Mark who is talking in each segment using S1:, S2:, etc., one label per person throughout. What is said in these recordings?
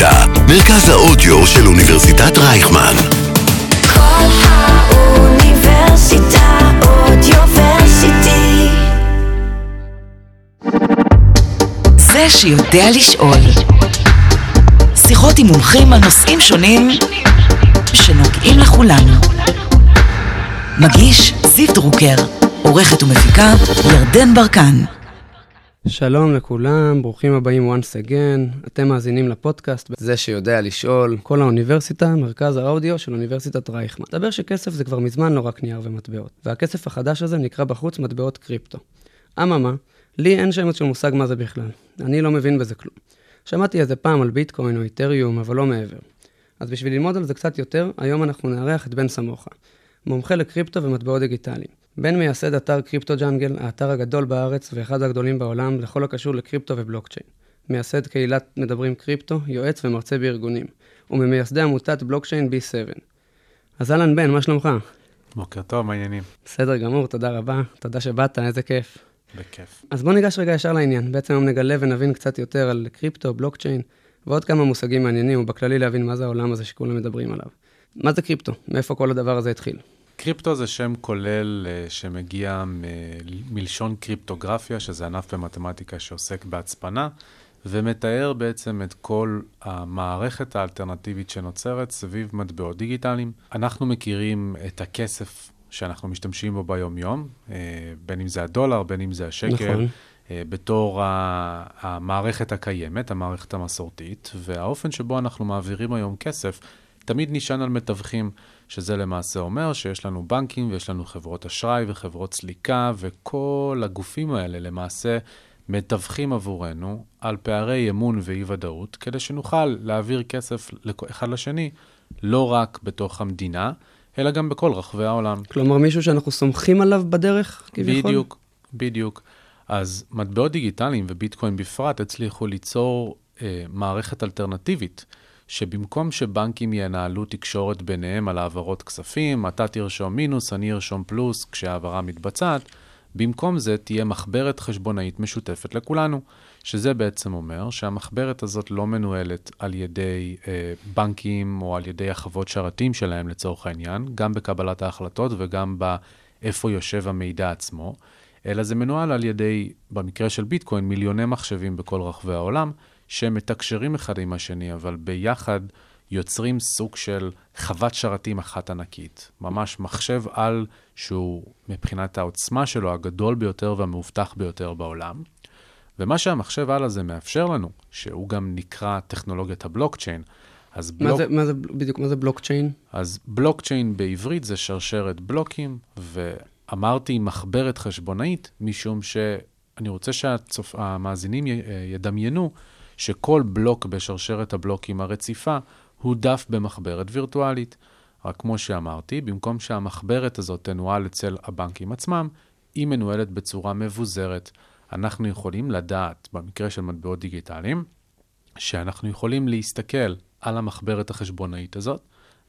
S1: האוניברסיטה, מרכז האודיו של אוניברסיטת רייכמן.
S2: כל האוניברסיטה אודיוורסיטי.
S3: זה שיודע לשאול. שיחות עם מומחים על נושאים שונים שנוגעים לכולנו. מגיש זיו דרוקר, עורכת ומפיקה ירדן ברקן.
S4: שלום לכולם, ברוכים הבאים once again. אתם מאזינים לפודקאסט זה שיודע לשאול. כל האוניברסיטה, מרכז האודיו של אוניברסיטת רייכמן. מדבר שכסף זה כבר מזמן לא רק נייר ומטבעות. והכסף החדש הזה נקרא בחוץ מטבעות קריפטו. אממה, לי אין שמץ של מושג מה זה בכלל. אני לא מבין בזה כלום. שמעתי איזה פעם על ביטקוין או איתריום, אבל לא מעבר. אז בשביל ללמוד על זה קצת יותר, היום אנחנו נארח את בן סמוכה, מומחה לקריפטו ומטבעות דיגיטליים. בן מייסד אתר קריפטו ג'אנגל, האתר הגדול בארץ ואחד הגדולים בעולם לכל הקשור לקריפטו ובלוקצ'יין. מייסד קהילת מדברים קריפטו, יועץ ומרצה בארגונים. וממייסדי עמותת בלוקצ'יין B7. אז אהלן בן, מה שלומך?
S5: בוקר טוב, מה העניינים?
S4: בסדר גמור, תודה רבה. תודה שבאת, איזה כיף.
S5: בכיף.
S4: אז בוא ניגש רגע ישר לעניין. בעצם היום נגלה ונבין קצת יותר על קריפטו, בלוקצ'יין, ועוד כמה מושגים מעניינים, ובכללי להבין מה זה העולם הזה שכולם מדברים עליו. מה זה קריפטו? מאיפה כל הדבר הזה התחיל?
S5: קריפטו זה שם כולל שמגיע מלשון קריפטוגרפיה, שזה ענף במתמטיקה שעוסק בהצפנה, ומתאר בעצם את כל המערכת האלטרנטיבית שנוצרת סביב מטבעות דיגיטליים. אנחנו מכירים את הכסף שאנחנו משתמשים בו ביום-יום, בין אם זה הדולר, בין אם זה השקל, נכון. בתור המערכת הקיימת, המערכת המסורתית, והאופן שבו אנחנו מעבירים היום כסף, תמיד נשען על מתווכים, שזה למעשה אומר שיש לנו בנקים ויש לנו חברות אשראי וחברות סליקה, וכל הגופים האלה למעשה מתווכים עבורנו על פערי אמון ואי-ודאות, כדי שנוכל להעביר כסף אחד לשני, לא רק בתוך המדינה, אלא גם בכל רחבי העולם.
S4: כלומר, מישהו שאנחנו סומכים עליו בדרך, כביכול?
S5: בדיוק. אז מטבעות דיגיטליים וביטקוין בפרט הצליחו ליצור מערכת אלטרנטיבית, שבמקום שבנקים ינהלו תקשורת ביניהם על העברות כספים, אתה תרשום מינוס, אני ארשום פלוס, כשהעברה מתבצעת, במקום זה תהיה מחברת חשבונאית משותפת לכולנו, שזה בעצם אומר שהמחברת הזאת לא מנוהלת על ידי בנקים או על ידי החוות שרתים שלהם לצורך העניין, גם בקבלת ההחלטות וגם באיפה יושב המידע עצמו, אלא זה מנוהל על ידי, במקרה של ביטקוין, מיליוני מחשבים בכל רחבי העולם, שמתקשרים אחד עם השני, אבל ביחד יוצרים סוג של חוות שרתים אחת ענקית. ממש מחשב על שהוא מבחינת העוצמה שלו הגדול ביותר והמאובטח ביותר בעולם. ומה שהמחשב על הזה מאפשר לנו, שהוא גם נקרא טכנולוגיית הבלוקצ'יין, אז
S4: מה זה בלוקצ'יין?
S5: אז בלוקצ'יין בעברית זה שרשרת בלוקים, ואמרתי מחברת חשבונאית, משום שאני רוצה שהמאזינים ידמיינו, שכל בלוק בשרשרת הבלוקים הרציפה הוא דף במחברת וירטואלית. רק כמו שאמרתי, במקום שהמחברת הזאת תנוהל אצל הבנקים עצמם, היא מנוהלת בצורה מבוזרת. אנחנו יכולים לדעת, במקרה של מטבעות דיגיטליים, שאנחנו יכולים להסתכל על המחברת החשבונאית הזאת,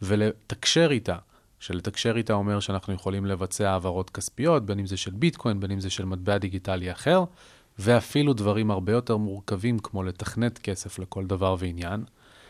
S5: ולתקשר איתה. שלתקשר איתה אומר שאנחנו יכולים לבצע העברות כספיות, בין אם זה של ביטקוין, בין אם זה של מטבע דיגיטלי אחר, ואפילו דברים הרבה יותר מורכבים, כמו לתכנת כסף לכל דבר ועניין.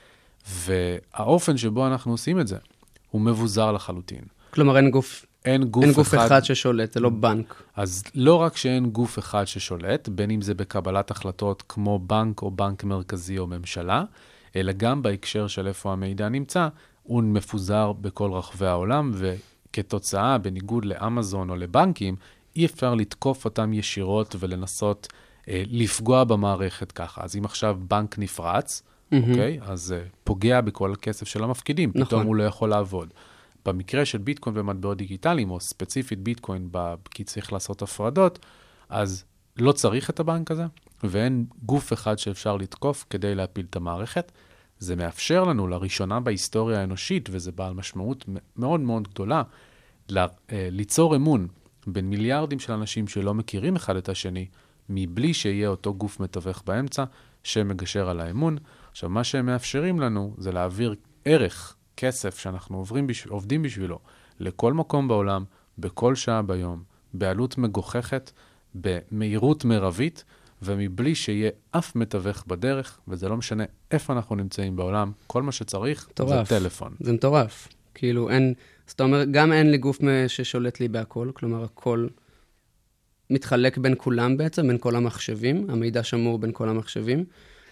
S5: והאופן שבו אנחנו עושים את זה, הוא מבוזר לחלוטין.
S4: כלומר, אין גוף אחד ששולט, זה לא בנק.
S5: אז לא רק שאין גוף אחד ששולט, בין אם זה בקבלת החלטות כמו בנק או בנק מרכזי או ממשלה, אלא גם בהקשר של איפה המידע נמצא, הוא מפוזר בכל רחבי העולם, וכתוצאה, בניגוד לאמזון או לבנקים, אי אפשר לתקוף אותם ישירות ולנסות לפגוע במערכת ככה. אז אם עכשיו בנק נפרץ, אוקיי? אז פוגע בכל הכסף של המפקידים, פתאום הוא לא יכול לעבוד. במקרה של ביטקוין ומטבעות דיגיטליים, או ספציפית ביטקוין, כי צריך לעשות הפרדות, אז לא צריך את הבנק הזה, ואין גוף אחד שאפשר לתקוף כדי להפיל את המערכת. זה מאפשר לנו לראשונה בהיסטוריה האנושית, וזה בעל משמעות מאוד מאוד גדולה, ליצור אמון בין מיליארדים של אנשים שלא מכירים אחד את השני, מבלי שיהיה אותו גוף מתווך באמצע, שמגשר על האמון. עכשיו, מה שהם מאפשרים לנו זה להעביר ערך, כסף שאנחנו עובדים בשבילו, לכל מקום בעולם, בכל שעה ביום, בעלות מגוחכת, במהירות מרבית, ומבלי שיהיה אף מתווך בדרך, וזה לא משנה איפה אנחנו נמצאים בעולם, כל מה שצריך
S4: מטורף.
S5: זה טלפון.
S4: זה מטורף. כאילו אין, אז אתה אומר, גם אין לי גוף ששולט לי בהכל, כלומר הכל מתחלק בין כולם בעצם, בין כל המחשבים, המידע שמור בין כל המחשבים,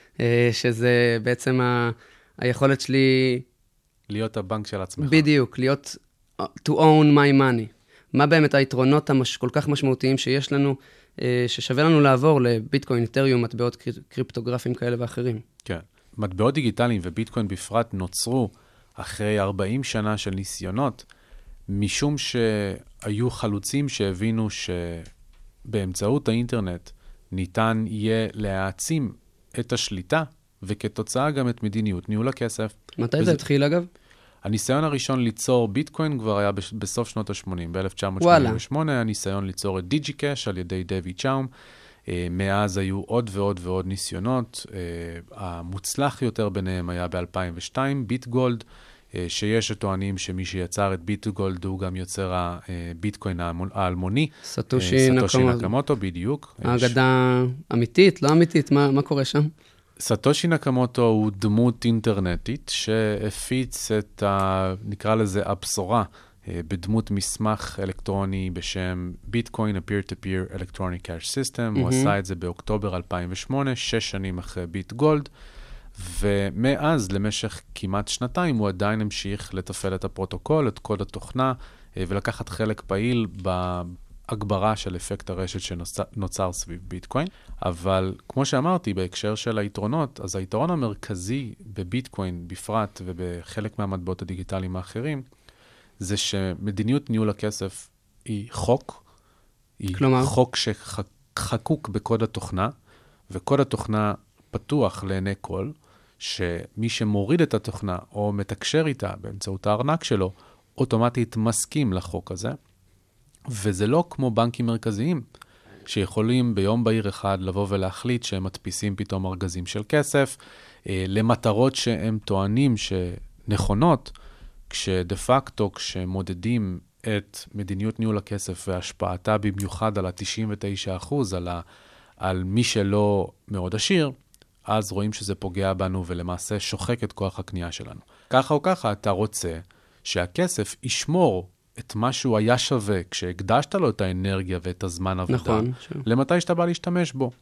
S4: שזה בעצם היכולת שלי...
S5: להיות הבנק של עצמך.
S4: בדיוק, להיות, to own my money. מה באמת היתרונות כל כך משמעותיים שיש לנו, ששווה לנו לעבור לביטקוין, איתריום, מטבעות קריפטוגרפיים כאלה ואחרים.
S5: כן. מטבעות דיגיטליים וביטקוין בפרט נוצרו אחרי 40 שנה של ניסיונות, משום שהיו חלוצים שהבינו שבאמצעות האינטרנט ניתן יהיה להעצים את השליטה, וכתוצאה גם את מדיניות ניהול הכסף.
S4: מתי זה התחיל אגב?
S5: הניסיון הראשון ליצור ביטקוין כבר היה בסוף שנות ה-80, ב-1988, הניסיון ליצור את דיג'י-קש על ידי דויד צ'אום. מאז היו עוד ועוד ועוד ניסיונות. המוצלח יותר ביניהם היה ב-2002, ביטגולד, שיש שטוענים שמי שיצר את ביטגולד הוא גם יוצר הביטקוין האלמוני.
S4: סטושי
S5: נקמוטו, בדיוק.
S4: האגדה אמיתית, לא אמיתית, מה קורה שם?
S5: סטושי נקמוטו הוא דמות אינטרנטית שהפיץ את, נקרא לזה, הבשורה בדמות מסמך אלקטרוני בשם Bitcoin, a Peer-to-Peer Electronic Cash System. הוא עשה את זה באוקטובר 2008, 6 שנים אחרי ביטגולד, ומאז למשך כמעט שנתיים הוא עדיין המשיך לתפעל את הפרוטוקול, את קוד התוכנה, ולקחת חלק פעיל הגברה של אפקט הרשת שנוצר סביב ביטקוין. אבל כמו שאמרתי, בהקשר של היתרונות, אז היתרון המרכזי בביטקוין בפרט ובחלק מהמטבעות הדיגיטליים האחרים, זה שמדיניות ניהול הכסף היא חוק, היא כלומר? חוק שחקוק בקוד התוכנה, וקוד התוכנה פתוח לעיני כל, שמי שמוריד את התוכנה או מתקשר איתה באמצעות הארנק שלו, אוטומטית מסכים לחוק הזה. וזה לא כמו בנקים מרכזיים, שיכולים ביום בהיר אחד לבוא ולהחליט שהם מדפיסים פתאום ארגזים של כסף, למטרות שהם טוענים שנכונות, כשדה פקטו, כשמודדים את מדיניות ניהול הכסף והשפעתה במיוחד על ה-99%, על מי שלא מאוד עשיר, אז רואים שזה פוגע בנו ולמעשה שוחק את כוח הקנייה שלנו. ככה או ככה אתה רוצה שהכסף ישמור את מה שהוא היה שווה כשהקדשת לו את האנרגיה ואת הזמן עבודה,
S4: נכון,
S5: למתי שאתה בא להשתמש בו.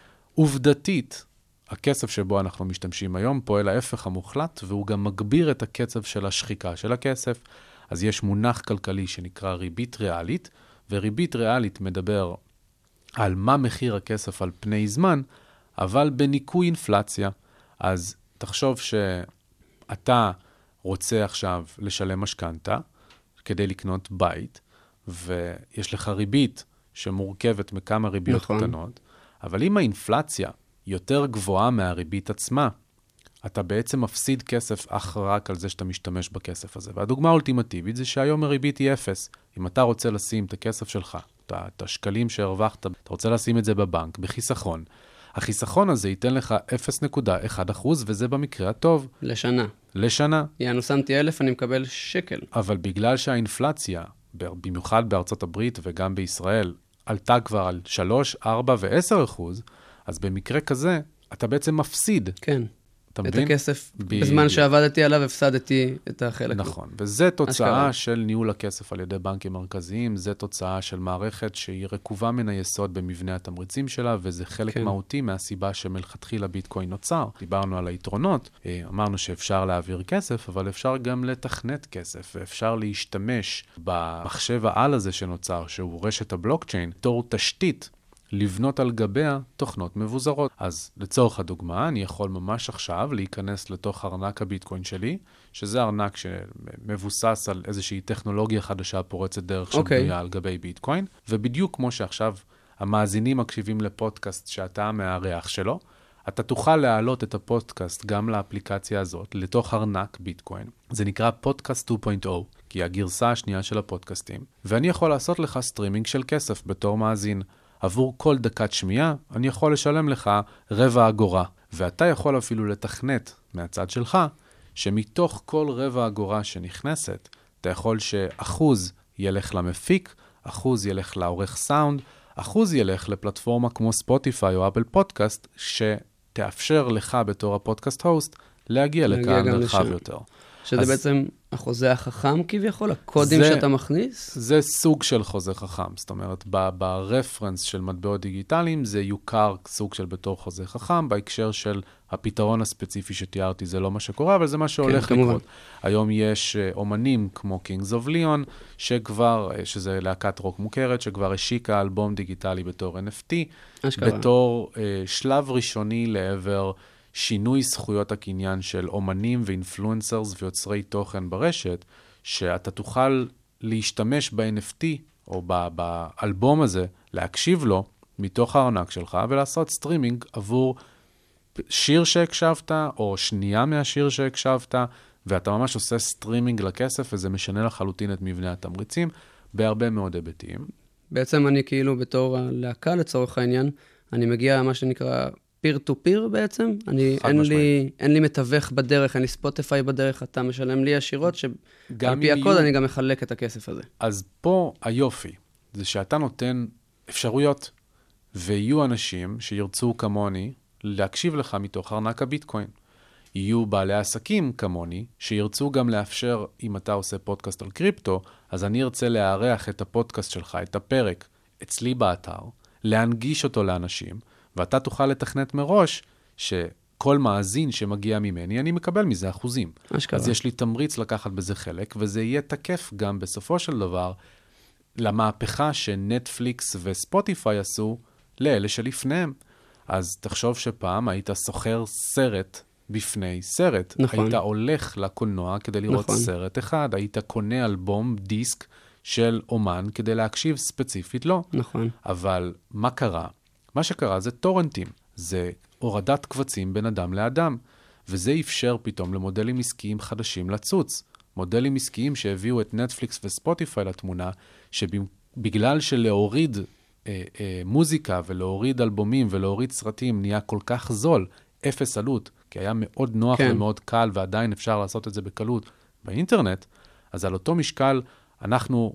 S5: עובדתית, הכסף שבו אנחנו משתמשים היום פועל ההפך המוחלט, והוא גם מגביר את הקצב של השחיקה של הכסף. אז יש מונח כלכלי שנקרא ריבית ריאלית, וריבית ריאלית מדבר על מה מחיר הכסף על פני זמן, אבל בניקוי אינפלציה. אז תחשוב שאתה רוצה עכשיו לשלם משכנתה, כדי לקנות בית, ויש לך ריבית שמורכבת מכמה ריביות קטנות, אבל אם האינפלציה יותר גבוהה מהריבית עצמה, אתה בעצם מפסיד כסף אך רק על זה שאתה משתמש בכסף הזה. והדוגמה האולטימטיבית זה שהיום הריבית היא 0. אם אתה רוצה לשים את הכסף שלך, את השקלים שהרווחת, אתה רוצה לשים את זה בבנק, בחיסכון, החיסכון הזה ייתן לך 0.1%, וזה במקרה הטוב. לשנה.
S4: יענו, שמתי 1,000, אני מקבל שקל.
S5: אבל בגלל שהאינפלציה, במיוחד בארצות הברית וגם בישראל, עלתה כבר על 3, 4 ו10%, אז במקרה כזה, אתה בעצם מפסיד.
S4: כן. את הכסף, בזמן שעבדתי עליו, הפסדתי את החלק.
S5: נכון, וזה תוצאה של ניהול הכסף על ידי בנקים מרכזיים, זה תוצאה של מערכת שהיא רקובה מן היסוד במבנה התמריצים שלה, וזה חלק מהותי מהסיבה שמלכתחילה ביטקוין נוצר. דיברנו על היתרונות, אמרנו שאפשר להעביר כסף, אבל אפשר גם לתכנת כסף, ואפשר להשתמש במחשב העל הזה שנוצר, שהוא רשת הבלוקצ'יין, תור תשתית, לבנות על גביה תוכנות מבוזרות. אז לצורך הדוגמה, אני יכול ממש עכשיו להיכנס לתוך ארנק הביטקוין שלי, שזה ארנק שמבוסס על איזושהי טכנולוגיה חדשה פורצת דרך שבנויה על גבי ביטקוין, ובדיוק כמו שעכשיו המאזינים מקשיבים לפודקאסט שאתה המארח שלו, אתה תוכל להעלות את הפודקאסט גם לאפליקציה הזאת, לתוך ארנק ביטקוין. זה נקרא פודקאסט 2.0, כי הגרסה השנייה של הפודקאסטים, ואני יכול לעשות לך סטרימינג של כסף בתור מאזין. עבור כל דקת שמיעה, אני יכול לשלם לך 0.25 אגורה. ואתה יכול אפילו לתכנת מהצד שלך, שמתוך כל 0.25 אגורה שנכנסת, אתה יכול ש1% ילך למפיק, 1% ילך לעורך סאונד, 1% אחוז ילך לפלטפורמה כמו ספוטיפיי או אפל פודקאסט, שתאפשר לך בתור הפודקאסט הוסט, להגיע לכאן רחב יותר.
S4: שזה בעצם החוזה החכם כביכול, הקודים שאתה מכניס?
S5: זה סוג של חוזה חכם. זאת אומרת, ברפרנס של מטבעות דיגיטליים, זה יוכר סוג של בתור חוזה חכם, בהקשר של הפתרון הספציפי שתיארתי, זה לא מה שקורה, אבל זה מה שהולך לקרות. היום יש אומנים כמו Kings of Leon, שזה להקת רוק מוכרת, שכבר השיקה אלבום דיגיטלי בתור NFT, בתור שלב ראשוני לעבר שינוי זכויות הקניין של אומנים ואינפלואנסרס ויוצרי תוכן ברשת, שאתה תוכל להשתמש ב-NFT או באלבום הזה, להקשיב לו מתוך הארנק שלך ולעשות סטרימינג עבור שיר שהקשבת או שנייה מהשיר שהקשבת, ואתה ממש עושה סטרימינג לכסף, וזה משנה לחלוטין את מבנה התמריצים בהרבה מאוד היבטים.
S4: בעצם אני כאילו בתור הלהקה לצורך העניין, אני מגיע מה שנקרא פיר טו פיר בעצם, אין לי מתווך בדרך, אין לי ספוטיפיי בדרך, אתה משלם לי ישירות, שעל פי הקוד אני גם מחלק את הכסף הזה.
S5: אז פה היופי, זה שאתה נותן אפשרויות, ויהיו אנשים שירצו כמוני להקשיב לך מתוך ארנק הביטקוין. יהיו בעלי עסקים כמוני, שירצו גם לאפשר, אם אתה עושה פודקאסט על קריפטו, אז אני ארצה לארח את הפודקאסט שלך, את הפרק, אצלי באתר, להנגיש אותו לאנשים, ואתה תוכל לתכנת מראש שכל מאזין שמגיע ממני, אני מקבל מזה אחוזים. אז יש לי תמריץ לקחת בזה חלק, וזה יהיה תקף גם בסופו של דבר למהפכה שנטפליקס וספוטיפיי עשו לאלה שלפניהם. אז תחשוב שפעם היית סוחר סרט בפני סרט. נכון. היית הולך לקולנוע כדי לראות סרט אחד, היית קונה אלבום, דיסק של אומן כדי להקשיב ספציפית לו.
S4: נכון.
S5: אבל מה קרה? מה שקרה זה טורנטים, זה הורדת קבצים בין אדם לאדם, וזה אפשר פתאום למודלים עסקיים חדשים לצוץ. מודלים עסקיים שהביאו את נטפליקס וספוטיפיי לתמונה, שבגלל שלהוריד מוזיקה ולהוריד אלבומים ולהוריד סרטים נהיה כל כך זול, אפס עלות, כי היה מאוד נוח ומאוד קל, ועדיין אפשר לעשות את זה בקלות באינטרנט, אז על אותו משקל אנחנו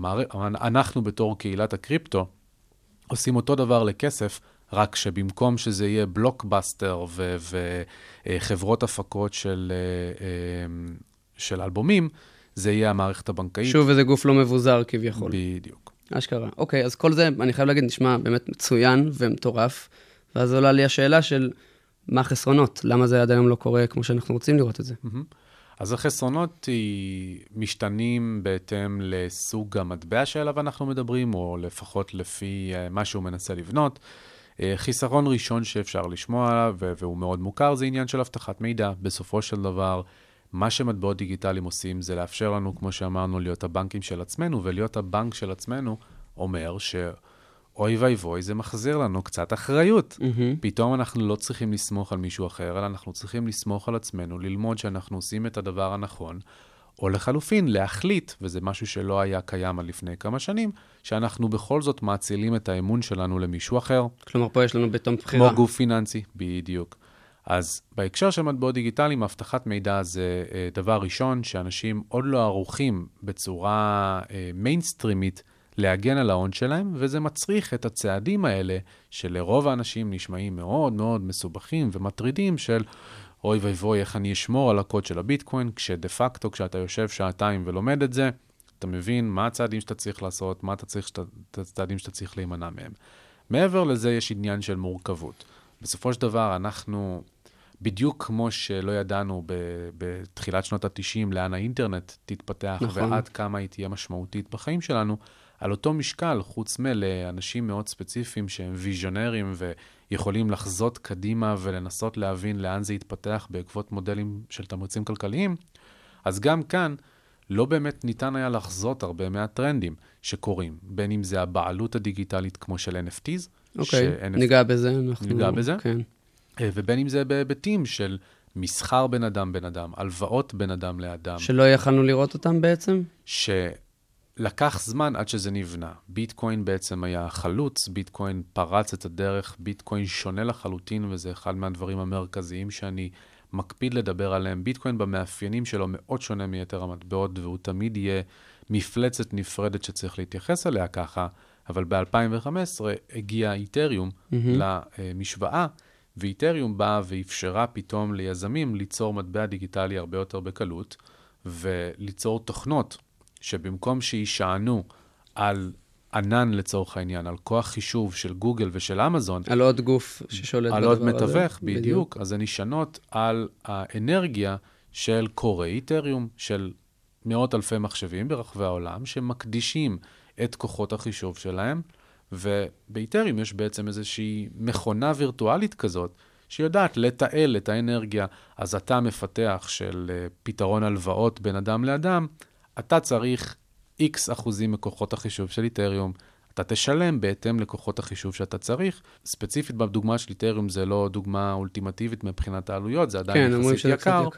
S5: בתור קהילת הקריפטו, עושים אותו דבר לכסף, רק שבמקום שזה יהיה בלוקבאסטר וחברות הפקות של אלבומים, זה יהיה המערכת הבנקאית.
S4: שוב, איזה גוף לא מבוזר כביכול.
S5: בדיוק.
S4: אשכרה. אוקיי, אז כל זה, אני חייב להגיד, נשמע באמת מצוין ומטורף, ואז עולה לי השאלה של מה החסרונות, למה זה עד היום לא קורה כמו שאנחנו רוצים לראות את זה.
S5: אז החסרונות משתנים בהתאם לסוג המטבע שאליו אנחנו מדברים, או לפחות לפי מה שהוא מנסה לבנות. חיסרון ראשון שאפשר לשמוע עליו, והוא מאוד מוכר, זה עניין של הבטחת מידע. בסופו של דבר, מה שמטבעות דיגיטליים עושים, זה לאפשר לנו, כמו שאמרנו, להיות הבנקים של עצמנו, ולהיות הבנק של עצמנו אומר אוי ואבוי, זה מחזיר לנו קצת אחריות. פתאום אנחנו לא צריכים לסמוך על מישהו אחר, אלא אנחנו צריכים לסמוך על עצמנו, ללמוד שאנחנו עושים את הדבר הנכון, או לחלופין, להחליט, וזה משהו שלא היה קיים על לפני כמה שנים, שאנחנו בכל זאת מאצילים את האמון שלנו למישהו אחר.
S4: כלומר, פה יש לנו בתום בחירה.
S5: כמו גוף פיננסי, בדיוק. אז בהקשר של מטבעות דיגיטליים, הבטחת מידע זה דבר ראשון, שאנשים עוד לא ערוכים בצורה מיינסטרימית, להגן על ההון שלהם, וזה מצריך את הצעדים האלה, שלרוב האנשים נשמעים מאוד מאוד מסובכים ומטרידים, של אוי ואבוי, איך אני אשמור על הקוד של הביטקוין, כשדה פקטו, כשאתה יושב שעתיים ולומד את זה, אתה מבין מה הצעדים שאתה צריך לעשות, מה הצעדים שאתה צריך להימנע מהם. מעבר לזה יש עניין של מורכבות. בסופו של דבר אנחנו, בדיוק כמו שלא ידענו בתחילת שנות ה-90, לאן האינטרנט תתפתח, ועד כמה היא תהיה משמעותית בחיים שלנו, על אותו משקל, חוץ מלאנשים מאוד ספציפיים שהם ויז'ונרים ויכולים לחזות קדימה ולנסות להבין לאן זה יתפתח בעקבות מודלים של תמריצים כלכליים, אז גם כאן לא באמת ניתן היה לחזות הרבה מהטרנדים שקורים, בין אם זה הבעלות הדיגיטלית כמו של NFTs.
S4: אוקיי, ניגע בזה.
S5: ניגע בזה.
S4: כן.
S5: ובין אם זה בהיבטים של מסחר בין אדם, הלוואות בין אדם לאדם.
S4: שלא יכלנו לראות אותם בעצם?
S5: לקח זמן עד שזה נבנה. ביטקוין בעצם היה חלוץ, ביטקוין פרץ את הדרך, ביטקוין שונה לחלוטין, וזה אחד מהדברים המרכזיים שאני מקפיד לדבר עליהם. ביטקוין במאפיינים שלו מאוד שונה מיתר המטבעות, והוא תמיד יהיה מפלצת נפרדת שצריך להתייחס אליה ככה, אבל ב-2015 הגיע איתריום למשוואה, ואיתריום באה ואפשרה פתאום ליזמים ליצור מטבע דיגיטלי הרבה יותר בקלות, וליצור תוכנות שבמקום שישענו על ענן לצורך העניין, על כוח חישוב של גוגל ושל אמזון,
S4: על עוד גוף ששולט
S5: על עוד מתווך, בדיוק, אז הן נשענות על האנרגיה של קורי איתריום, של מאות אלפי מחשבים ברחבי העולם, שמקדישים את כוחות החישוב שלהם, ובאיתריום יש בעצם איזושהי מכונה וירטואלית כזאת, שיודעת לתעל את האנרגיה, אז אתה מפתח של פתרון הלוואות בין אדם לאדם, אתה צריך X אחוזים מכוחות החישוב של איתריום, אתה תשלם בהתאם לכוחות החישוב שאתה צריך. ספציפית בדוגמה של איתריום זה לא דוגמה אולטימטיבית מבחינת העלויות, זה עדיין יחסית יקר,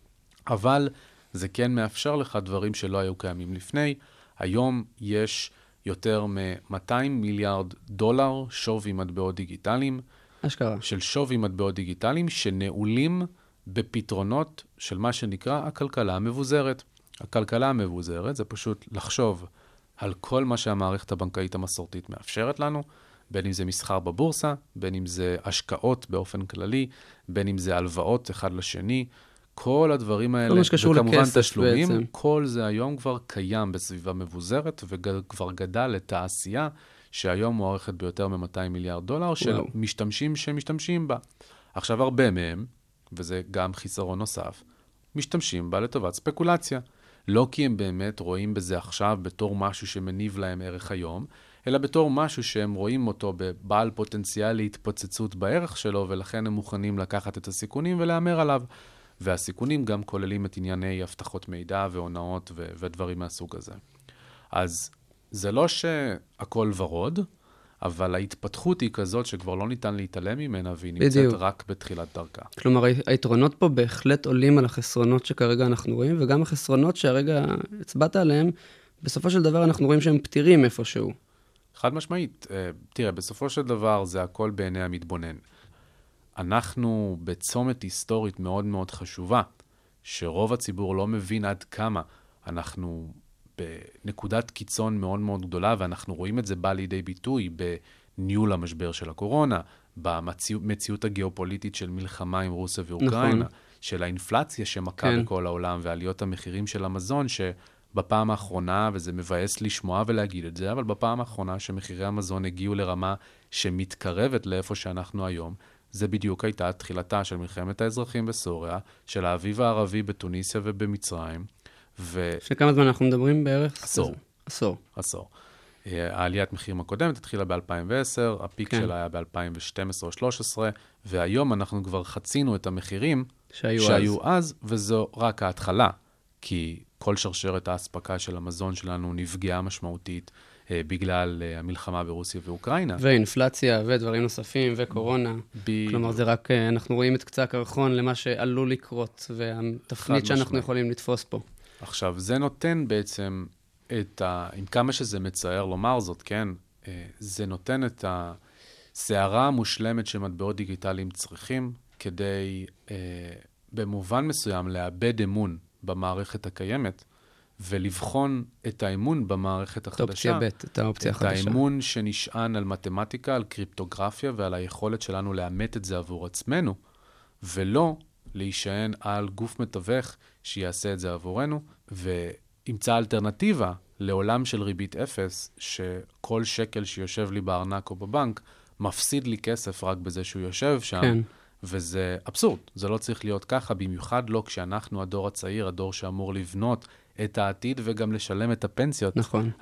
S5: אבל זה כן מאפשר לך דברים שלא היו קיימים לפני. היום יש יותר מ-200 מיליארד דולר שווי מטבעות דיגיטליים,
S4: אשכרה.
S5: של שווי מטבעות דיגיטליים שנעולים בפתרונות של מה שנקרא הכלכלה המבוזרת. הכלכלה המבוזרת זה פשוט לחשוב על כל מה שהמערכת הבנקאית המסורתית מאפשרת לנו, בין אם זה מסחר בבורסה, בין אם זה השקעות באופן כללי, בין אם זה הלוואות אחד לשני, כל הדברים האלה, וכמובן תשלומים, בעצם. כל זה היום כבר קיים בסביבה מבוזרת, וכבר גדל לתעשייה, שהיום מוערכת ביותר מ-200 מיליארד דולר, של משתמשים שמשתמשים בה. עכשיו הרבה מהם, וזה גם חיסרון נוסף, משתמשים בה לטובת ספקולציה. לא כי הם באמת רואים בזה עכשיו בתור משהו שמניב להם ערך היום, אלא בתור משהו שהם רואים אותו בבעל פוטנציאל להתפוצצות בערך שלו, ולכן הם מוכנים לקחת את הסיכונים ולאמר עליו. והסיכונים גם כוללים את ענייני הבטחות מידע והונאות ודברים מהסוג הזה. אז זה לא שהכל ורוד, אבל ההתפתחות היא כזאת שכבר לא ניתן להתעלם ממנה, והיא נמצאת רק בתחילת דרכה.
S4: כלומר, היתרונות פה בהחלט עולים על החסרונות שכרגע אנחנו רואים, וגם החסרונות שהרגע הצבעת עליהם, בסופו של דבר אנחנו רואים שהם פתירים איפשהו.
S5: חד משמעית. תראה, בסופו של דבר זה הכל בעיני המתבונן. אנחנו בצומת היסטורית מאוד מאוד חשובה, שרוב הציבור לא מבין עד כמה אנחנו בנקודת קיצון מאוד מאוד גדולה, ואנחנו רואים את זה בא לידי ביטוי בניהול המשבר של הקורונה, במציאות הגיאופוליטית של מלחמה עם רוסיה ואוקראינה, של האינפלציה שמכה בכל העולם, ועליות המחירים של המזון, שבפעם האחרונה, וזה מבאס לשמוע ולהגיד את זה, אבל בפעם האחרונה שמחירי המזון הגיעו לרמה שמתקרבת לאיפה שאנחנו היום, זה בדיוק הייתה תחילתה של מלחמת האזרחים בסוריה, של האביב הערבי בתוניסיה ובמצרים.
S4: שכמה זמן אנחנו מדברים בערך?
S5: עשור. העליית מחירים הקודמת התחילה ב-2010, הפיק שלה היה ב-2012 או 2013, והיום אנחנו כבר חצינו את המחירים שהיו אז, וזו רק ההתחלה, כי כל שרשרת ההספקה של המזון שלנו נפגעה משמעותית, בגלל המלחמה ברוסיה ואוקראינה.
S4: ואינפלציה ודברים נוספים וקורונה. כלומר, זה רק, אנחנו רואים את קצה הקרחון למה שעלול לקרות, והתפנית שאנחנו יכולים לתפוס פה.
S5: עכשיו, זה נותן בעצם עם כמה שזה מצער לומר זאת, כן, זה נותן את הסערה המושלמת שמטבעות דיגיטליים צריכים, כדי במובן מסוים לאבד אמון במערכת הקיימת, ולבחון את האמון במערכת החדשה.
S4: את האופציה החדשה.
S5: את האמון שנשען על מתמטיקה, על קריפטוגרפיה, ועל היכולת שלנו לאמת את זה עבור עצמנו, ולא להישען על גוף מתווך שיעשה את זה עבורנו, וימצא אלטרנטיבה לעולם של ריבית אפס, שכל שקל שיושב לי בארנק או בבנק, מפסיד לי כסף רק בזה שהוא יושב שם, כן. וזה אבסורד. זה לא צריך להיות ככה, במיוחד לא כשאנחנו הדור הצעיר, הדור שאמור לבנות את העתיד וגם לשלם את הפנסיות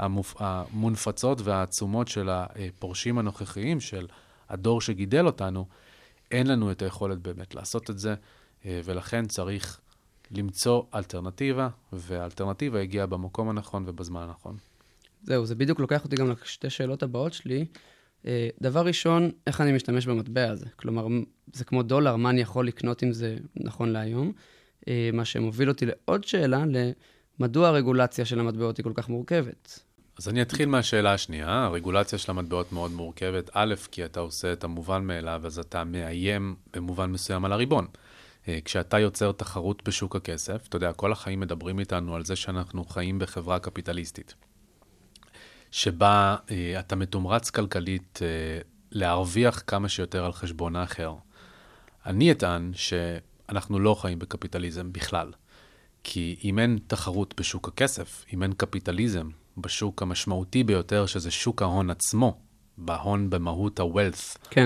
S5: המונפצות והעצומות של הפורשים הנוכחיים, של הדור שגידל אותנו, אין לנו את היכולת באמת לעשות את זה, ולכן צריך למצוא אלטרנטיבה, והאלטרנטיבה הגיעה במקום הנכון ובזמן הנכון.
S4: זהו, זה בדיוק לוקח אותי גם לשתי שאלות הבאות שלי. דבר ראשון, איך אני משתמש במטבע הזה? כלומר, זה כמו דולר, מה אני יכול לקנות אם זה נכון להיום? מה שמוביל אותי לעוד שאלה, מדוע הרגולציה של המטבעות היא כל כך מורכבת?
S5: אז אני אתחיל מהשאלה השנייה. הרגולציה של המטבעות מאוד מורכבת. א', כי אתה עושה את המובן מאליו, אז אתה מאיים במובן מסוים על הריבון. כשאתה יוצר תחרות בשוק הכסף, אתה יודע, כל החיים מדברים איתנו על זה שאנחנו חיים בחברה קפיטליסטית. שבה אתה מתומרץ כלכלית להרוויח כמה שיותר על חשבון האחר. אני אטען שאנחנו לא חיים בקפיטליזם בכלל, כי אם אין תחרות בשוק הכסף, אם אין קפיטליזם בשוק המשמעותי ביותר, שזה שוק ההון עצמו, בהון במהות ה-wealth,
S4: כן.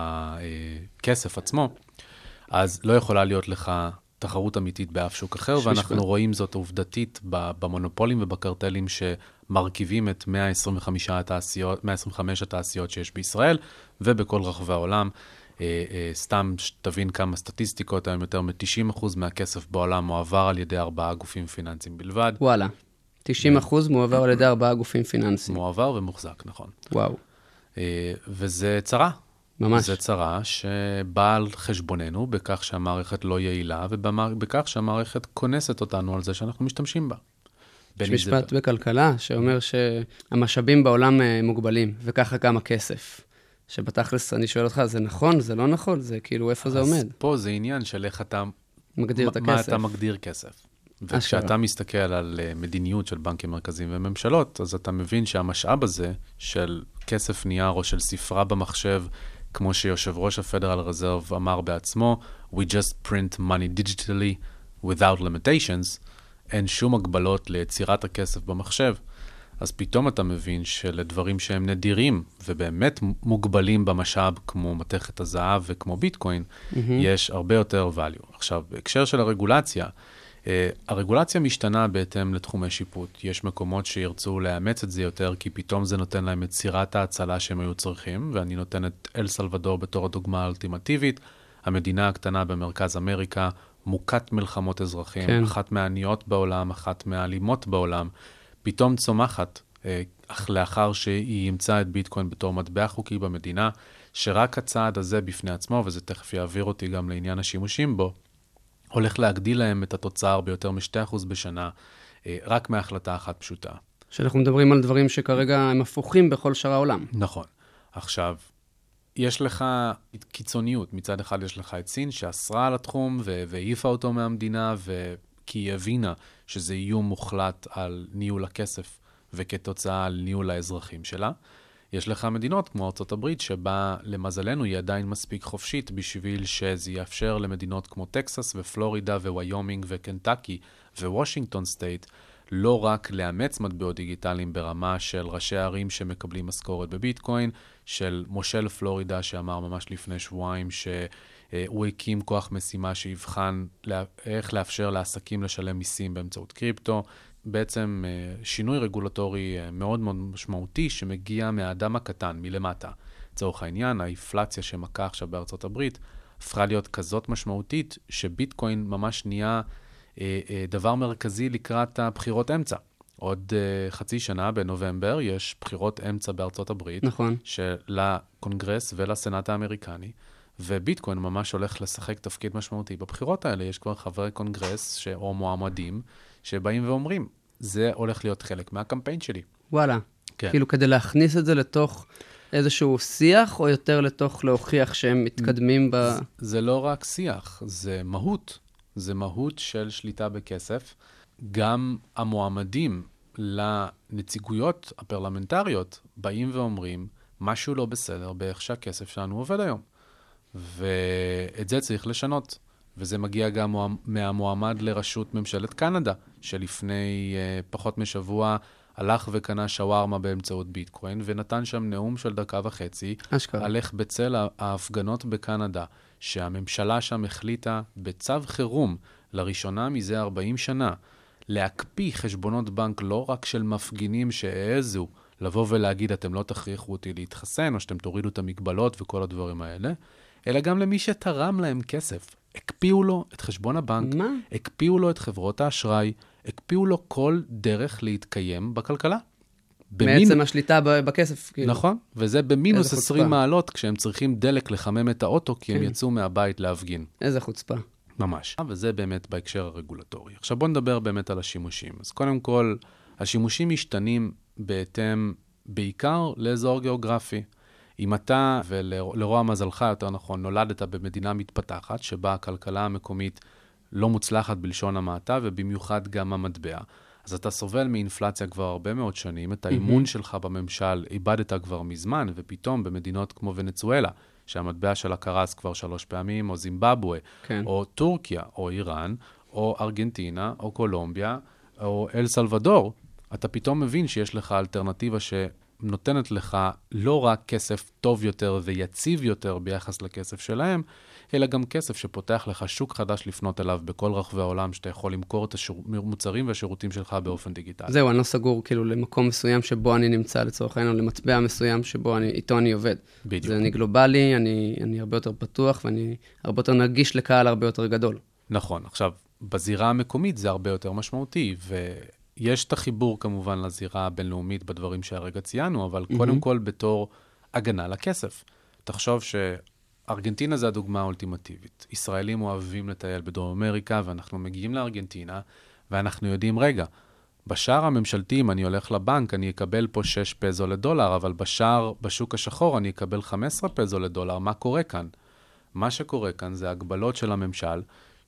S5: הכסף עצמו, אז לא יכולה להיות לך תחרות אמיתית באף שוק אחר, ואנחנו רואים זאת עובדתית במונופולים ובקרטלים שמרכיבים את 125 התעשיות שיש בישראל, ובכל רחבי העולם. סתם תבין כמה סטטיסטיקות, היום יותר מ-90% מהכסף בעולם מועבר על ידי 4 גופים פיננסיים בלבד.
S4: וואלה, 90% מועבר על ידי 4 גופים פיננסיים.
S5: מועבר ומוחזק, נכון.
S4: וואו.
S5: וזה צרה.
S4: ממש.
S5: זה צרה שבאה על חשבוננו בכך שהמערכת לא יעילה, ובכך שהמערכת כונסת אותנו על זה שאנחנו משתמשים בה.
S4: יש משפט בכלכלה שאומר שהמשאבים בעולם מוגבלים, וככה גם הכסף. שבתכלס אני שואל אותך, זה נכון, זה לא נכון, זה כאילו איפה זה עומד?
S5: אז פה זה עניין של איך אתה
S4: מגדיר את הכסף.
S5: מה אתה מגדיר כסף. וכשאתה מסתכל על מדיניות של בנקים מרכזיים וממשלות, אז אתה מבין שהמשאב הזה של כסף נייר או של ספרה במחשב, כמו שיושב ראש הפדרל רזרב אמר בעצמו, we just print money digitally without limitations, אין שום הגבלות ליצירת הכסף במחשב. אז פתאום אתה מבין שלדברים שהם נדירים ובאמת מוגבלים במשאב, כמו מתכת הזהב וכמו ביטקוין, יש הרבה יותר value. עכשיו, בהקשר של הרגולציה, הרגולציה משתנה בהתאם לתחומי שיפוט. יש מקומות שירצו לאמץ את זה יותר, כי פתאום זה נותן להם את סירת ההצלה שהם היו צריכים, ואני נותן את אל סלבדור בתור הדוגמה האולטימטיבית. המדינה הקטנה במרכז אמריקה, מוכת מלחמות אזרחים, כן. אחת מהעניות בעולם, אחת מהאלימות בעולם, פתאום צומחת, אך לאחר שהיא ימצא את ביטקוין בתור מטבע חוקי במדינה, שרק הצעד הזה בפני עצמו, וזה תכף יעביר אותי גם לעניין השימושים בו, הולך להגדיל להם את התוצר ביותר מ2% בשנה, רק מהחלטה אחת פשוטה.
S4: שאנחנו מדברים על דברים שכרגע הם הפוכים בכל שאר העולם.
S5: נכון. עכשיו, יש לך קיצוניות. מצד אחד יש לך את סין שאסרה על התחום והעיפה אותו מהמדינה, כי היא הבינה שזה איום מוחלט על ניהול הכסף וכתוצאה על ניהול האזרחים שלה. יש לך מדינות כמו ארצות הברית שבה למזלנו היא עדיין מספיק חופשית בשביל שזה יאפשר למדינות כמו טקסס ופלורידה וויומינג וקנטקי ווושינגטון סטייט לא רק לאמץ מטבעות דיגיטליים ברמה של ראשי הערים שמקבלים משכורת בביטקוין, של מושל פלורידה שאמר ממש לפני שבועיים שהוא הקים כוח משימה שיבחן איך לאפשר לעסקים לשלם מיסים באמצעות קריפטו, בעצם שינוי רגולטורי מאוד מאוד משמעותי שמגיע מהאדם הקטן, מלמטה. לצורך העניין, האינפלציה שמכה עכשיו בארצות הברית הפכה להיות כזאת משמעותית שביטקוין ממש נהיה דבר מרכזי לקראת הבחירות אמצע. עוד חצי שנה בנובמבר יש בחירות אמצע בארצות הברית.
S4: נכון.
S5: לקונגרס ולסנאט האמריקני, וביטקוין ממש הולך לשחק תפקיד משמעותי. בבחירות האלה יש כבר חברי קונגרס או מועמדים שבאים ואומרים, זה הולך להיות חלק מהקמפיין שלי.
S4: וואלה.
S5: כן.
S4: כאילו כדי להכניס את זה לתוך איזשהו שיח, או יותר לתוך להוכיח שהם מתקדמים
S5: זה לא רק שיח, זה מהות. זה מהות של שליטה בכסף. גם המועמדים לנציגויות הפרלמנטריות באים ואומרים, משהו לא בסדר באיך שהכסף שלנו עובד היום. ואת זה צריך לשנות. וזה מגיע גם מהמועמד לראשות ממשלת קנדה, שלפני פחות משבוע הלך וקנה שווארמה באמצעות ביטקוין, ונתן שם נאום של 1.5 דקות, הלך בצל ההפגנות בקנדה, שהממשלה שם החליטה בצו חירום, לראשונה מזה 40 שנה, להקפיא חשבונות בנק לא רק של מפגינים שהעזו לבוא ולהגיד, אתם לא תכריחו אותי להתחסן, או שאתם תורידו את המגבלות וכל הדברים האלה, אלא גם למי שתרם להם כסף. הקפיאו לו את חשבון הבנק, הקפיאו לו את חברות האשראי, הקפיאו לו כל דרך להתקיים בכלכלה.
S4: מעצם השליטה בכסף. כאילו.
S5: נכון, וזה במינוס 20 מעלות, כשהם צריכים דלק לחמם את האוטו, כי הם יצאו מהבית להפגין.
S4: איזה חוצפה.
S5: ממש. וזה באמת בהקשר הרגולטורי. עכשיו בוא נדבר באמת על השימושים. אז קודם כל, השימושים משתנים בהתאם בעיקר לאזור גיאוגרפי. אם אתה, ולרוע מזלך יותר נכון, נולדת במדינה מתפתחת, שבה הכלכלה המקומית לא מוצלחת בלשון המעטה, ובמיוחד גם המטבע, אז אתה סובל מאינפלציה כבר הרבה מאוד שנים, את האימון שלך בממשל איבדת כבר מזמן, ופתאום במדינות כמו ונצואלה, שהמטבע שלה קרס כבר 3 פעמים, או זימבבואה, או טורקיה, או איראן, או ארגנטינה, או קולומביה, או אל סלבדור, אתה פתאום מבין שיש לך אלטרנטיבה שנותנת לך לא רק כסף טוב יותר ויציב יותר ביחס לכסף שלהם, אלא גם כסף שפותח לך שוק חדש לפנות אליו בכל רחבי העולם, שאתה יכול למכור את המוצרים והשירותים שלך באופן דיגיטלי.
S4: זהו, אני לא סגור כאילו למקום מסוים שבו אני נמצא לצורך העניין, או למטבע מסוים שבו איתו אני עובד.
S5: בדיוק.
S4: זה אני גלובלי, אני הרבה יותר פתוח, ואני הרבה יותר נגיש לקהל הרבה יותר גדול.
S5: נכון. עכשיו, בזירה המקומית זה הרבה יותר משמעותי, ויש את החיבור כמובן לזירה הבינלאומית בדברים שהרגע ציינו, אבל קודם כל בתור הגנה לכסף. תחשוב ארגנטינה זה הדוגמה האולטימטיבית. ישראלים אוהבים לטייל בדרום אמריקה, ואנחנו מגיעים לארגנטינה, ואנחנו יודעים, רגע, בשער הממשלתי, אם אני הולך לבנק, אני אקבל פה 6 פזו לדולר, אבל בשוק השחור אני אקבל 15 פזו לדולר. מה קורה כאן? מה שקורה כאן זה הגבלות של הממשל,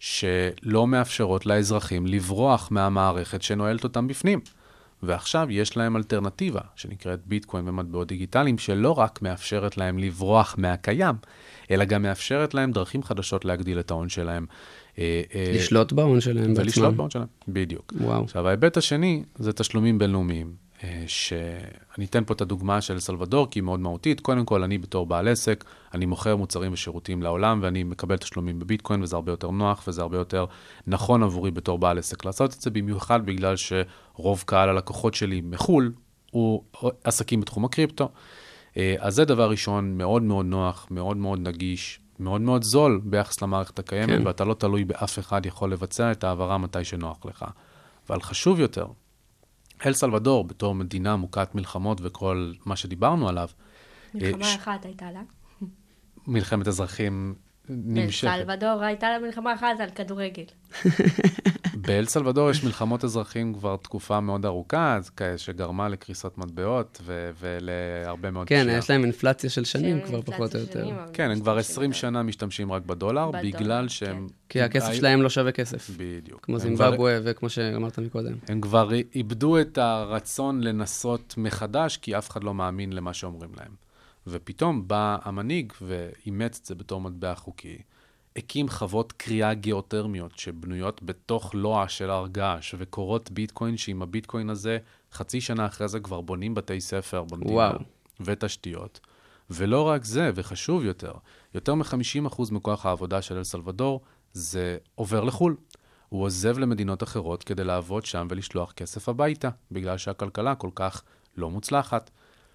S5: שלא מאפשרות לאזרחים לברוח מהמערכת שנועלת אותם בפנים. ועכשיו יש להם אלטרנטיבה, שנקראת ביטקוין ומטבעות דיגיטליים, שלא רק מאפשרת להם לברוח מהקיים, אלא גם מאפשרת להם דרכים חדשות להגדיל את ההון שלהם.
S4: לשלוט בהון שלהם בעצמם.
S5: ולשלוט בהון שלהם, בדיוק.
S4: וואו.
S5: עכשיו, ההיבט השני זה תשלומים בינלאומיים, שאני אתן פה את הדוגמה של סלבדור, כי היא מאוד מהותית. קודם כל, אני בתור בעל עסק, אני מוכר מוצרים ושירותים לעולם, ואני מקבל תשלומים בביטקוין, וזה הרבה יותר נוח, וזה הרבה יותר נכון עבורי בתור בעל עסק לעשות את זה, במיוחד בגלל שרוב קהל הלקוחות שלי מחול, הוא עסקים בתחום הקריפטו. אז זה דבר ראשון, מאוד מאוד נוח, מאוד מאוד נגיש, מאוד מאוד זול ביחס למערכת הקיימת, כן. ואתה לא תלוי באף אחד יכול לבצע את העברה מתי שנוח לך. אבל חשוב יותר, אל סלבדור, בתור מדינה מוכת מלחמות וכל מה שדיברנו עליו.
S6: מלחמה אחת הייתה לה.
S5: מלחמת אזרחים נמשכת.
S6: באל סלבדור הייתה לה מלחמה אחת על כדורגל.
S5: באל סלבדור יש מלחמות אזרחים כבר תקופה מאוד ארוכה, שגרמה לקריסות מטבעות ולהרבה מאוד
S4: כן, יש להם אינפלציה של שנים כבר פחות או יותר.
S5: כן, הם כבר 20 שנה משתמשים רק בדולר, בגלל שהם...
S4: כי הכסף שלהם לא שווה כסף.
S5: בדיוק.
S4: כמו זימבבואה וכמו שאמרת מקודם.
S5: הם כבר איבדו את הרצון לנסות מחדש, כי אף אחד לא מאמין למה שאומרים להם. ופתאום בא המנהיג ואימץ את זה בתור מטבע חוקי, הקים חוות קריאה גיאותרמיות שבנויות בתוך לוע של הרגש וקורות ביטקוין, שעם הביטקוין הזה, חצי שנה אחרי זה כבר בונים בתי ספר במדינה. וואו. ותשתיות. ולא רק זה, וחשוב יותר מ-50% מכוח העבודה של אל סלבדור, זה עובר לחול. הוא עוזב למדינות אחרות כדי לעבוד שם ולשלוח כסף הביתה, בגלל שהכלכלה כל כך לא מוצלחת.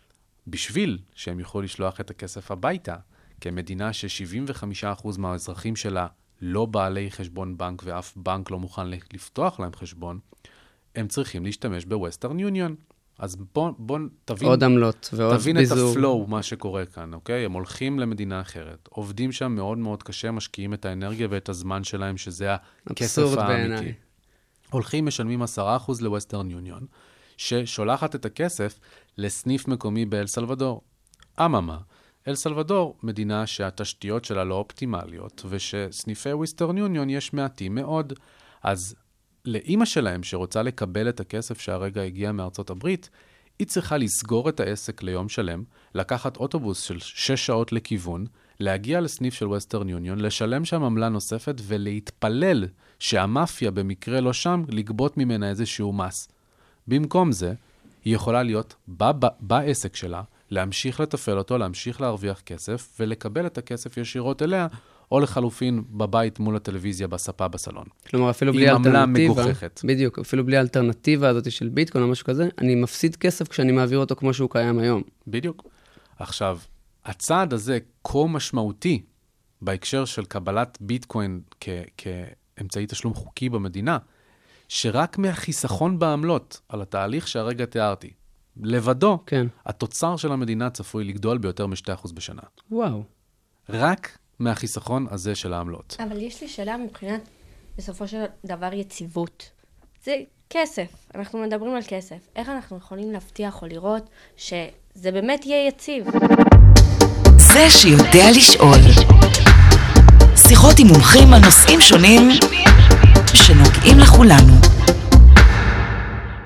S5: בשביל שהם יוכלו לשלוח את הכסף הביתה, כמדינה ש-75% מהאזרחים שלה לא בעלי חשבון בנק, ואף בנק לא מוכן לפתוח להם חשבון, הם צריכים להשתמש בווסטרן יוניון. אז בוא תבין... עוד
S4: עמלות ועוד ביזור.
S5: תבין את הפלואו, מה שקורה כאן, אוקיי? הם הולכים למדינה אחרת, עובדים שם מאוד מאוד קשה, משקיעים את האנרגיה ואת הזמן שלהם, שזה הכסף האמיתי. הולכים, משלמים 10% לווסטרן יוניון, ששולחת את הכסף לסניף מקומי באל סלבדור. אממה, אל סלבדור, מדינה שהתשתיות שלה לא אופטימליות, ושסניפי ווסטרן יוניון יש מעטים מאוד. אז לאמא שלהם שרוצה לקבל את הכסף שהרגע הגיע מארצות הברית, היא צריכה לסגור את העסק ליום שלם, לקחת אוטובוס של 6 שעות לכיוון, להגיע לסניף של ווסטרן יוניון, לשלם שם עמלה נוספת ולהתפלל שהמאפיה במקרה לא שם, לגבות ממנה איזשהו מס. במקום זה, היא יכולה להיות בעסק שלה, להמשיך לתפעל אותו, להמשיך להרוויח כסף, ולקבל את הכסף ישירות אליה, או לחלופין בבית מול הטלוויזיה, בספה, בסלון.
S4: כלומר, אפילו בלי אלטרנטיבה, בדיוק, אפילו בלי האלטרנטיבה הזאת של ביטקוין או משהו כזה, אני מפסיד כסף כשאני מעביר אותו כמו שהוא קיים היום.
S5: בדיוק. עכשיו, הצעד הזה כה משמעותי, בהקשר של קבלת ביטקוין כאמצעי תשלום חוקי במדינה, שרק מהחיסכון בעמלות על התהליך שהרגע תיארתי, לבדו, כן. התוצר של המדינה צפוי לגדול ביותר מ2% בשנה.
S4: וואו.
S5: רק מהחיסכון הזה של העמלות.
S6: אבל יש לי שאלה מבחינת, בסופו של דבר, יציבות. זה כסף. אנחנו מדברים על כסף. איך אנחנו יכולים להבטיח או לראות שזה באמת יהיה יציב?
S3: זה שיודע לשאול. שיחות עם מומחים על נושאים שונים שנוגעים לכולנו.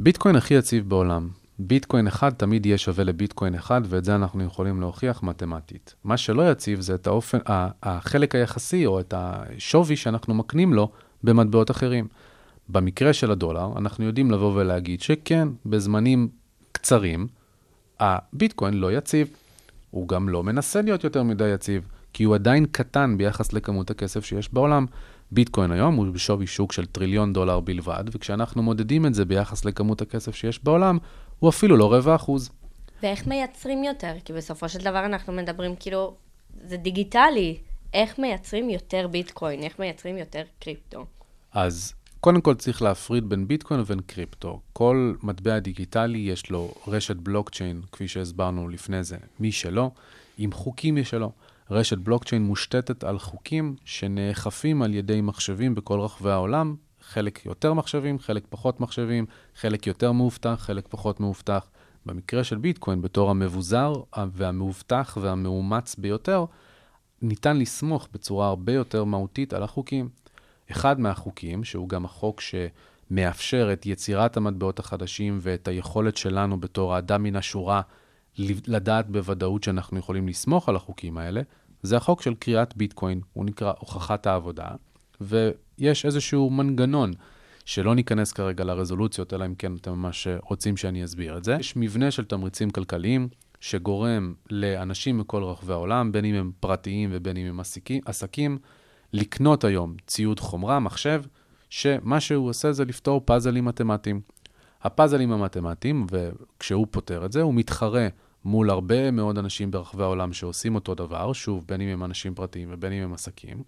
S5: ביטקוין הכי יציב בעולם. ביטקוין אחד תמיד יהיה שווה לביטקוין אחד, ואת זה אנחנו יכולים להוכיח מתמטית. מה שלא יציב זה את החלק היחסי, או את השווי שאנחנו מקנים לו במטבעות אחרים. במקרה של הדולר, אנחנו יודעים לבוא ולהגיד שכן, בזמנים קצרים, הביטקוין לא יציב. הוא גם לא מנסה להיות יותר מדי יציב, כי הוא עדיין קטן ביחס לכמות הכסף שיש בעולם. ביטקוין היום הוא בשווי שוק של $1 טריליון בלבד, וכשאנחנו מודדים את זה ביחס לכמות הכסף שיש בעולם, הוא אפילו לא 0.25%.
S6: ואיך מייצרים יותר? כי בסופו של דבר אנחנו מדברים כאילו, זה דיגיטלי. איך מייצרים יותר ביטקוין? איך מייצרים יותר קריפטו?
S5: אז קודם כל צריך להפריד בין ביטקוין ובין קריפטו. כל מטבע דיגיטלי יש לו רשת בלוקצ'יין, כפי שהסברנו לפני זה, מי שלא, עם חוקים משלו. רשת בלוקצ'יין מושתתת על חוקים שנאכפים על ידי מחשבים בכל רחבי העולם, חלק יותר מחשבים, חלק פחות מחשבים, חלק יותר מאובטח, חלק פחות מאובטח. במקרה של ביטקוין, בתור המבוזר והמאובטח והמאומץ ביותר, ניתן לסמוך בצורה הרבה יותר מהותית על החוקים. אחד מהחוקים, שהוא גם החוק שמאפשר את יצירת המטבעות החדשים ואת היכולת שלנו בתור האדם מן השורה לדעת בוודאות שאנחנו יכולים לסמוך על החוקים האלה, זה החוק של קריאת ביטקוין, הוא נקרא הוכחת העבודה, ויש איזשהו מנגנון שלא ניכנס כרגע לרזולוציות, אלא אם כן אתם ממש רוצים שאני אסביר את זה. יש מבנה של תמריצים כלכליים שגורם לאנשים מכל רחבי העולם, בין אם הם פרטיים ובין אם הם עסקים, לקנות היום ציוד חומרה, מחשב, שמה שהוא עושה זה לפתור פאזלים מתמטיים. הפאזלים המתמטיים, וכשהוא פותר את זה, הוא מתחרה מול הרבה מאוד אנשים ברחבי העולם שעושים אותו דבר, שוב, בין אם הם אנשים פרטיים ובין אם הם עסקים,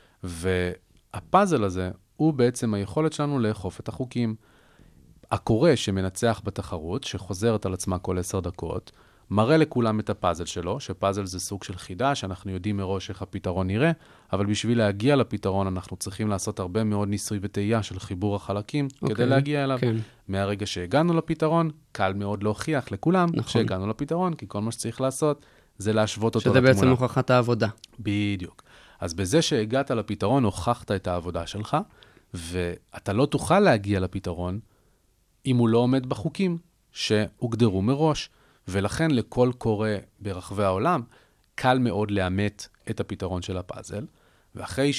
S5: והפאזל הזה הוא בעצם היכולת שלנו לאכוף את החוקים. הקורא שמנצח בתחרות, שחוזרת על עצמה כל 10 דקות, מראה לכולם את הפאזל שלו, שפאזל זה סוג של חידה, שאנחנו יודעים מראש איך הפתרון נראה, אבל בשביל להגיע לפתרון אנחנו צריכים לעשות הרבה מאוד ניסוי וטעייה של חיבור החלקים, כדי להגיע אליו. כן. מהרגע שהגענו לפתרון, קל מאוד להוכיח לכולם שהגענו לפתרון, כי כל מה שצריך לעשות זה להשוות אותו לתמונה.
S4: שזה בעצם הוכחת העבודה.
S5: בדיוק. אז בזה שהגעת לפתרון, הוכחת את העבודה שלך, ואתה לא תוכל להגיע לפתרון אם הוא לא עומד בחוקים שהוגדרו מראש. ולכן לכל קורא ברחבי העולם, קל מאוד לאמת את הפתרון של הפאזל, ואחרי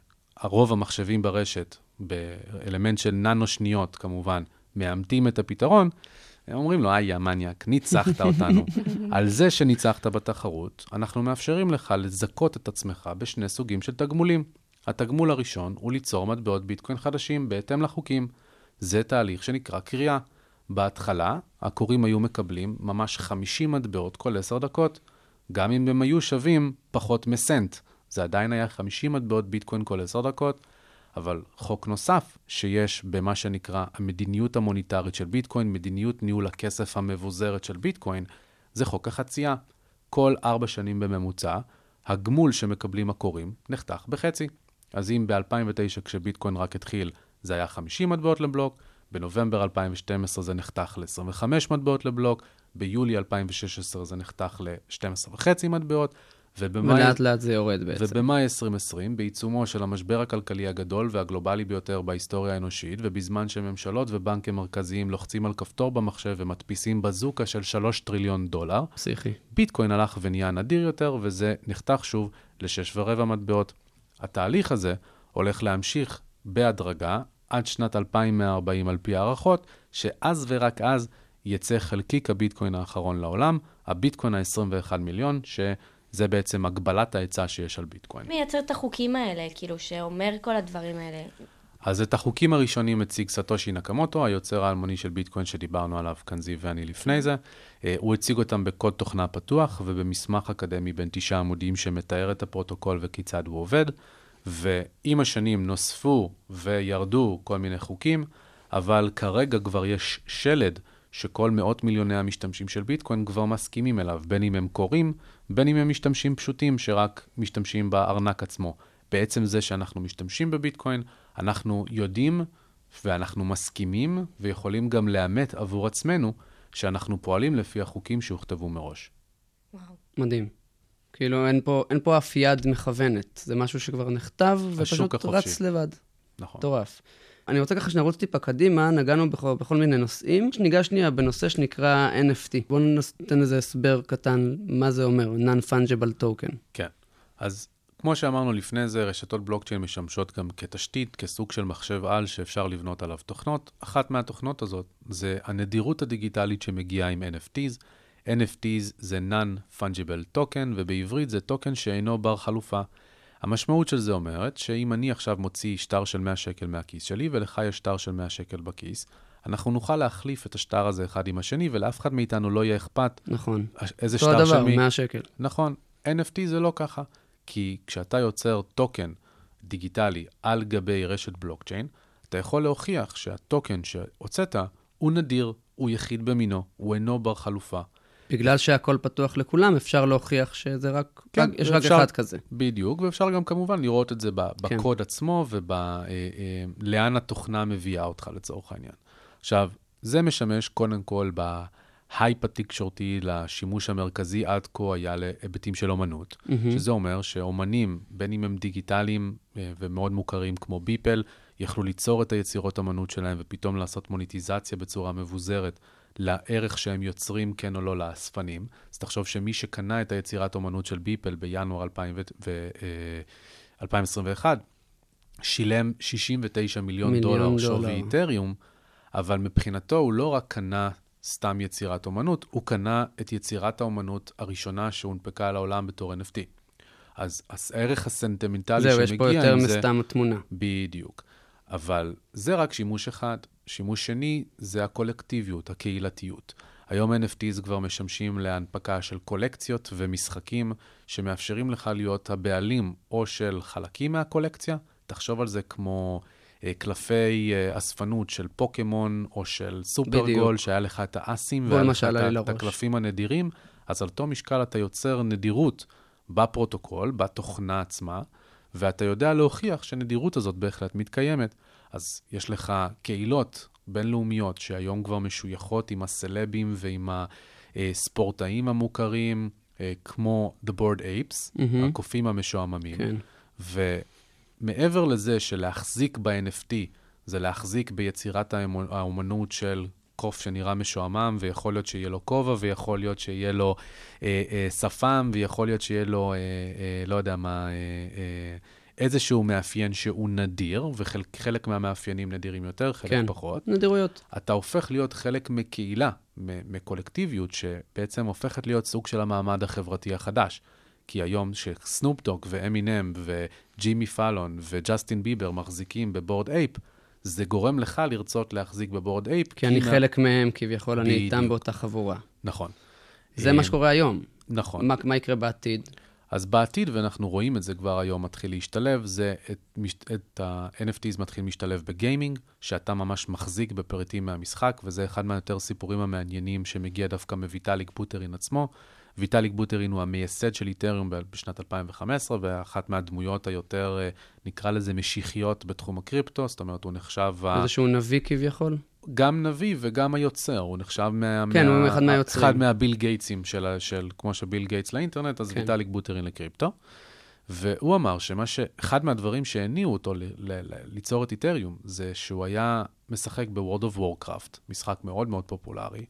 S5: שהרוב המחשבים ברשת, באלמנט של ננו שניות כמובן, מאמתים את הפתרון, הם אומרים לו, יא מניאק, ניצחת אותנו. על זה שניצחת בתחרות, אנחנו מאפשרים לך לזכות את עצמך בשני סוגים של תגמולים. התגמול הראשון הוא ליצור מטבעות ביטקוין חדשים בהתאם לחוקים. זה תהליך שנקרא קריאה. בהתחלה, הקוראים היו מקבלים ממש 50 מטבעות כל 10 דקות, גם אם הם היו שווים פחות מסנט. זה עדיין היה 50 מטבעות ביטקוין כל 10 דקות, אבל חוק נוסף שיש במה שנקרא המדיניות המוניטרית של ביטקוין, מדיניות ניהול הכסף המבוזרת של ביטקוין, זה חוק החצייה. כל 4 שנים בממוצע, הגמול שמקבלים הקוראים נחתך בחצי. אז אם ב-2009 כשביטקוין רק התחיל, זה היה 50 מטבעות לבלוק, בנובמבר 2012 זה נחתך ל-25 מטבעות לבלוק, ביולי 2016 זה נחתך ל-12.5 מטבעות,
S4: ולאט לאט זה יורד בעצם.
S5: ובמאי 2020, בעיצומו של המשבר הכלכלי הגדול והגלובלי ביותר בהיסטוריה האנושית, ובזמן שממשלות ובנקים מרכזיים לוחצים על כפתור במחשב ומדפיסים בזוקה של $3 טריליון,
S4: פסיכי.
S5: ביטקוין הלך ונהיה נדיר יותר, וזה נחתך שוב ל-6.25 מטבעות. התהליך הזה הולך להמשיך בהדרגה, עד שנת 2140 על פי הערכות, שאז ורק אז יצא חלקיק הביטקוין האחרון לעולם, הביטקוין ה-21 מיליון, שזה בעצם הגבלת ההיצע שיש על ביטקוין.
S6: מי ייצר את החוקים האלה, כאילו שאומר כל הדברים האלה?
S5: אז את החוקים הראשונים הציג סטושי נקמוטו, היוצר האלמוני של ביטקוין שדיברנו עליו כאן זיו ואני לפני זה. הוא הציג אותם בקוד תוכנה פתוח ובמסמך אקדמי בין 9 עמודים שמתאר את הפרוטוקול וכיצד הוא עובד. ועם השנים נוספו וירדו כל מיני חוקים, אבל כרגע כבר יש שלד שכל מאות מיליוני המשתמשים של ביטקוין כבר מסכימים אליו, בין אם הם קוראים, בין אם הם משתמשים פשוטים שרק משתמשים בארנק עצמו. בעצם זה שאנחנו משתמשים בביטקוין, אנחנו יודעים ואנחנו מסכימים ויכולים גם לאמת עבור עצמנו שאנחנו פועלים לפי החוקים שהוכתבו מראש.
S6: וואו.
S4: מדהים. כאילו אין פה אף יד מכוונת, זה משהו שכבר נכתב ופשוט רץ לבד.
S5: נכון.
S4: טורף. אני רוצה ככה שנרוץ טיפה קדימה, נגענו בכל מיני נושאים. ניגע שנייה בנושא שנקרא NFT. בואו ניתן איזה הסבר קטן, מה זה אומר, Non-Fungible Token.
S5: כן. אז כמו שאמרנו לפני זה, רשתות בלוקצ'יין משמשות גם כתשתית, כסוג של מחשב על שאפשר לבנות עליו תוכנות. אחת מהתוכנות הזאת זה הנדירות הדיגיטלית שמגיעה עם NFTs. NFTs זה Non-Fungible Token, ובעברית זה טוקן שאינו בר חלופה. המשמעות של זה אומרת שאם אני עכשיו מוציא שטר של 100 שקל מהכיס שלי, ולך יש שטר של 100 שקל בכיס, אנחנו נוכל להחליף את השטר הזה אחד עם השני, ולאף אחד מאיתנו לא יהיה אכפת.
S4: נכון.
S5: איזה שטר של מי.
S4: אותו דבר, 100 שקל.
S5: נכון. NFT זה לא ככה. כי כשאתה יוצר טוקן דיגיטלי על גבי רשת בלוקצ'יין, אתה יכול להוכיח שהטוקן שהוצאת הוא נדיר, הוא יחיד במינו, הוא אינו בר חלופה.
S4: בגלל שהכל פתוח לכולם, אפשר להוכיח שזה רק,
S5: כן,
S4: יש רק אחד כזה.
S5: בדיוק, ואפשר גם כמובן לראות את זה בקוד עצמו, ולאן התוכנה מביאה אותך לצורך העניין. עכשיו, זה משמש קודם כל בהייפ התקשורתי לשימוש המרכזי עד כה היה להיבטים של אומנות, שזה אומר שאומנים, בין אם הם דיגיטליים ומאוד מוכרים כמו ביפל, יכלו ליצור את היצירות אומנות שלהם ופתאום לעשות מוניטיזציה בצורה מבוזרת לערך שהם יוצרים כן או לא לאספנים. אז תחשוב שמי שקנה את היצירת אומנות של ביפל בינואר 2021, שילם 69 מיליון דולר שווי איתריום, אבל מבחינתו הוא לא רק קנה סתם יצירת אומנות, הוא קנה את יצירת האומנות הראשונה שהונפקה על העולם בתור NFT. אז הערך הסנטימנטלי שמגיע עם זה...
S4: זהו, יש פה יותר מסתם התמונה.
S5: בדיוק. אבל זה רק שימוש אחד. שימוש שני זה הקולקטיביות, הקהילתיות. היום NFTs כבר משמשים להנפקה של קולקציות ומשחקים שמאפשרים לך להיות הבעלים או של חלקים מהקולקציה. תחשוב על זה כמו קלפי אספנות של פוקמון או של סופרגול, שהיה לך את האסים והיה לך את הקלפים הנדירים. אז על אותו משקל אתה יוצר נדירות בפרוטוקול, בתוכנה עצמה, ואתה יודע להוכיח שנדירות הזאת בהחלט מתקיימת. אז יש לך קהילות בינלאומיות שהיום כבר משויכות עם הסלבים ועם הספורטאים המוכרים, כמו The Bored Apes, הקופים המשועממים.
S4: כן.
S5: ומעבר לזה שלהחזיק ב-NFT, זה להחזיק ביצירת האומנות של קוף שנראה משועמם, ויכול להיות שיהיה לו כובע, ויכול להיות שיהיה לו שפם, ויכול להיות שיהיה לו, לא יודע מה, איזשהו מאפיין שהוא נדיר, וחלק מהמאפיינים נדירים יותר, חלק
S4: כן,
S5: פחות.
S4: נדירויות.
S5: אתה הופך להיות חלק מקהילה, מקולקטיביות, שבעצם הופכת להיות סוג של המעמד החברתי החדש. כי היום שסנופ דוג ואמינם וג'ימי פאלון וג'סטין ביבר מחזיקים בבורד אייפ, זה גורם לך לרצות להחזיק בבורד אייפ.
S4: כי אני חלק מהם, כביכול אני איתם באותה חבורה.
S5: נכון.
S4: זה מה שקורה היום.
S5: נכון.
S4: מה יקרה בעתיד?
S5: אז בעתיד, ואנחנו רואים את זה כבר היום מתחיל להשתלב, זה את ה-NFTs מתחיל להשתלב בגיימינג, שאתה ממש מחזיק בפריטים מהמשחק, וזה אחד מהיותר סיפורים המעניינים שמגיע דווקא מויטאליק בוטרין עצמו. ויטאליק בוטרין הוא המייסד של איתריום בשנת 2015, ואחת מהדמויות היותר, נקרא לזה משיחיות בתחום הקריפטו, זאת אומרת, הוא נחשב...
S4: איזשהו נביא כביכול?
S5: גם נביא וגם היוצר, הוא נחשב
S4: כן, הוא אחד מהיוצרים.
S5: אחד מהביל גייטסים של כמו שביל גייטס לאינטרנט, אז ויטאליק בוטרין לקריפטו. והוא אמר אחד מהדברים שהניעו אותו ליצור את איתריום, זה שהוא היה משחק ב-World of Warcraft, משחק מאוד מאוד פופולרי,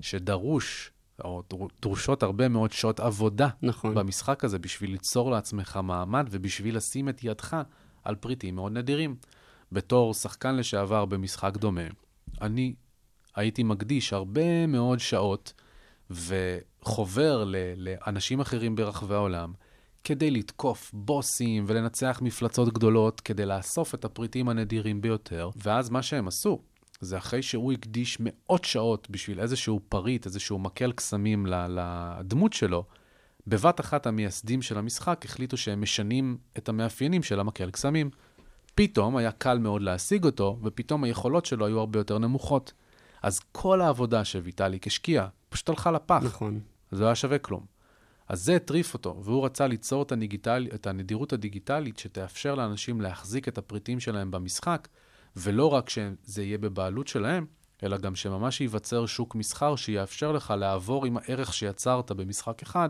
S5: דרושות הרבה מאוד שעות עבודה
S4: נכון.
S5: במשחק הזה, בשביל ליצור לעצמך מעמד, ובשביל לשים את ידך על פריטים מאוד נדירים. בתור שחקן לשעבר במשחק דומה, אני הייתי מקדיש הרבה מאוד שעות, וחובר לאנשים אחרים ברחבי העולם, כדי לתקוף בוסים ולנצח מפלצות גדולות, כדי לאסוף את הפריטים הנדירים ביותר. ואז מה שהם עשו, זה אחרי שהוא הקדיש מאות שעות בשביל איזשהו פריט, איזשהו מקל קסמים לדמות שלו, בבת אחת המייסדים של המשחק החליטו שהם משנים את המאפיינים של המקל קסמים. פתאום היה קל מאוד להשיג אותו, ופתאום היכולות שלו היו הרבה יותר נמוכות. אז כל העבודה שוויטאליק השקיע, פשוט הלכה לפח.
S4: נכון.
S5: זה לא היה שווה כלום. אז זה הטריף אותו, והוא רצה ליצור את הנדירות הדיגיטלית שתאפשר לאנשים להחזיק את הפריטים שלהם במשחק, ולא רק שזה יהיה בבעלות שלהם, אלא גם שממש ייווצר שוק מסחר שיאפשר לך לעבור עם הערך שיצרת במשחק אחד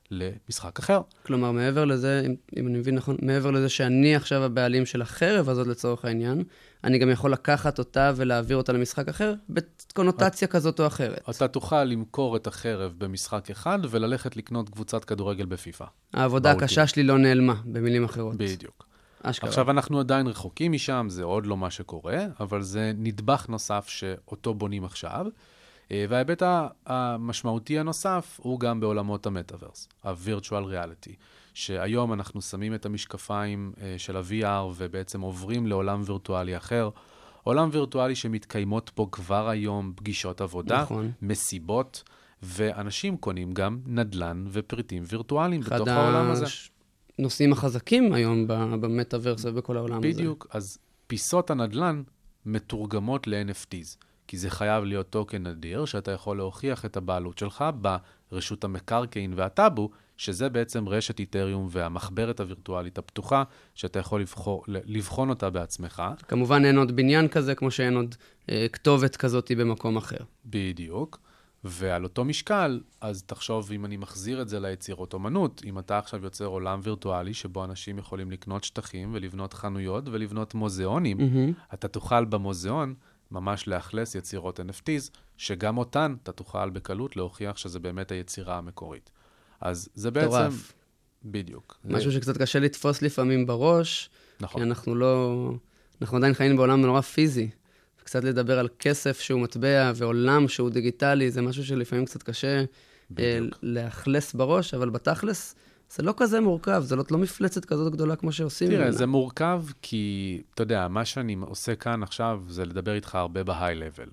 S5: למשחק אחר.
S4: כלומר, מעבר לזה, אם אני מבין נכון, מעבר לזה שאני עכשיו הבעלים של החרב הזאת לצורך העניין, אני גם יכול לקחת אותה ולהעביר אותה למשחק אחר, בקונוטציה כזאת או אחרת.
S5: אתה תוכל למכור את החרב במשחק אחד, וללכת לקנות קבוצת כדורגל בפיפה.
S4: העבודה הקשה שלי לא נעלמה, במילים אחרות.
S5: בדיוק.
S4: אשכרה.
S5: עכשיו, אנחנו עדיין רחוקים משם, זה עוד לא מה שקורה, אבל זה נדבך נוסף שאותו בונים עכשיו. וההיבט המשמעותי הנוסף הוא גם בעולמות המטאברס, ה-Virtual Reality, שהיום אנחנו שמים את המשקפיים של ה-VR ובעצם עוברים לעולם וירטואלי אחר. עולם וירטואלי שמתקיימות פה כבר היום פגישות עבודה, נכון. מסיבות, ואנשים קונים גם נדלן ופריטים וירטואליים בתוך העולם הזה.
S4: נושאים החזקים היום במטאברס ובכל העולם הזה.
S5: בדיוק, אז פיסות הנדלן מתורגמות ל-NFTs. כי זה חייב להיות טוקן נדיר, שאתה יכול להוכיח את הבעלות שלך ברשות המקרקעין והטאבו, שזה בעצם רשת איתריום והמחברת הווירטואלית הפתוחה, שאתה יכול לבחון אותה בעצמך.
S4: כמובן אין עוד בניין כזה, כמו שאין עוד כתובת כזאת במקום אחר.
S5: בדיוק. ועל אותו משקל, אז תחשוב אם אני מחזיר את זה ליצירות אומנות, אם אתה עכשיו יוצר עולם וירטואלי, שבו אנשים יכולים לקנות שטחים ולבנות חנויות ולבנות מוזיאונים, אתה תוכל במוזיאון ממש לאכלס יצירות NFTs, שגם אותן אתה תוכל בקלות להוכיח שזה באמת היצירה המקורית. אז זה בעצם...
S4: טורף.
S5: בדיוק.
S4: משהו שקצת קשה לתפוס לפעמים בראש,
S5: נכון.
S4: כי אנחנו עדיין חיים בעולם נורא פיזי. קצת לדבר על כסף שהוא מטבע ועולם שהוא דיגיטלי, זה משהו שלפעמים קצת קשה לאכלס בראש, אבל בתכלס זה לא כזה מורכב, זה לא מפלצת כזאת גדולה כמו שעושים.
S5: תראה, זה מורכב כי, אתה יודע, מה שאני עושה כאן עכשיו זה לדבר איתך הרבה בהיי-לבל.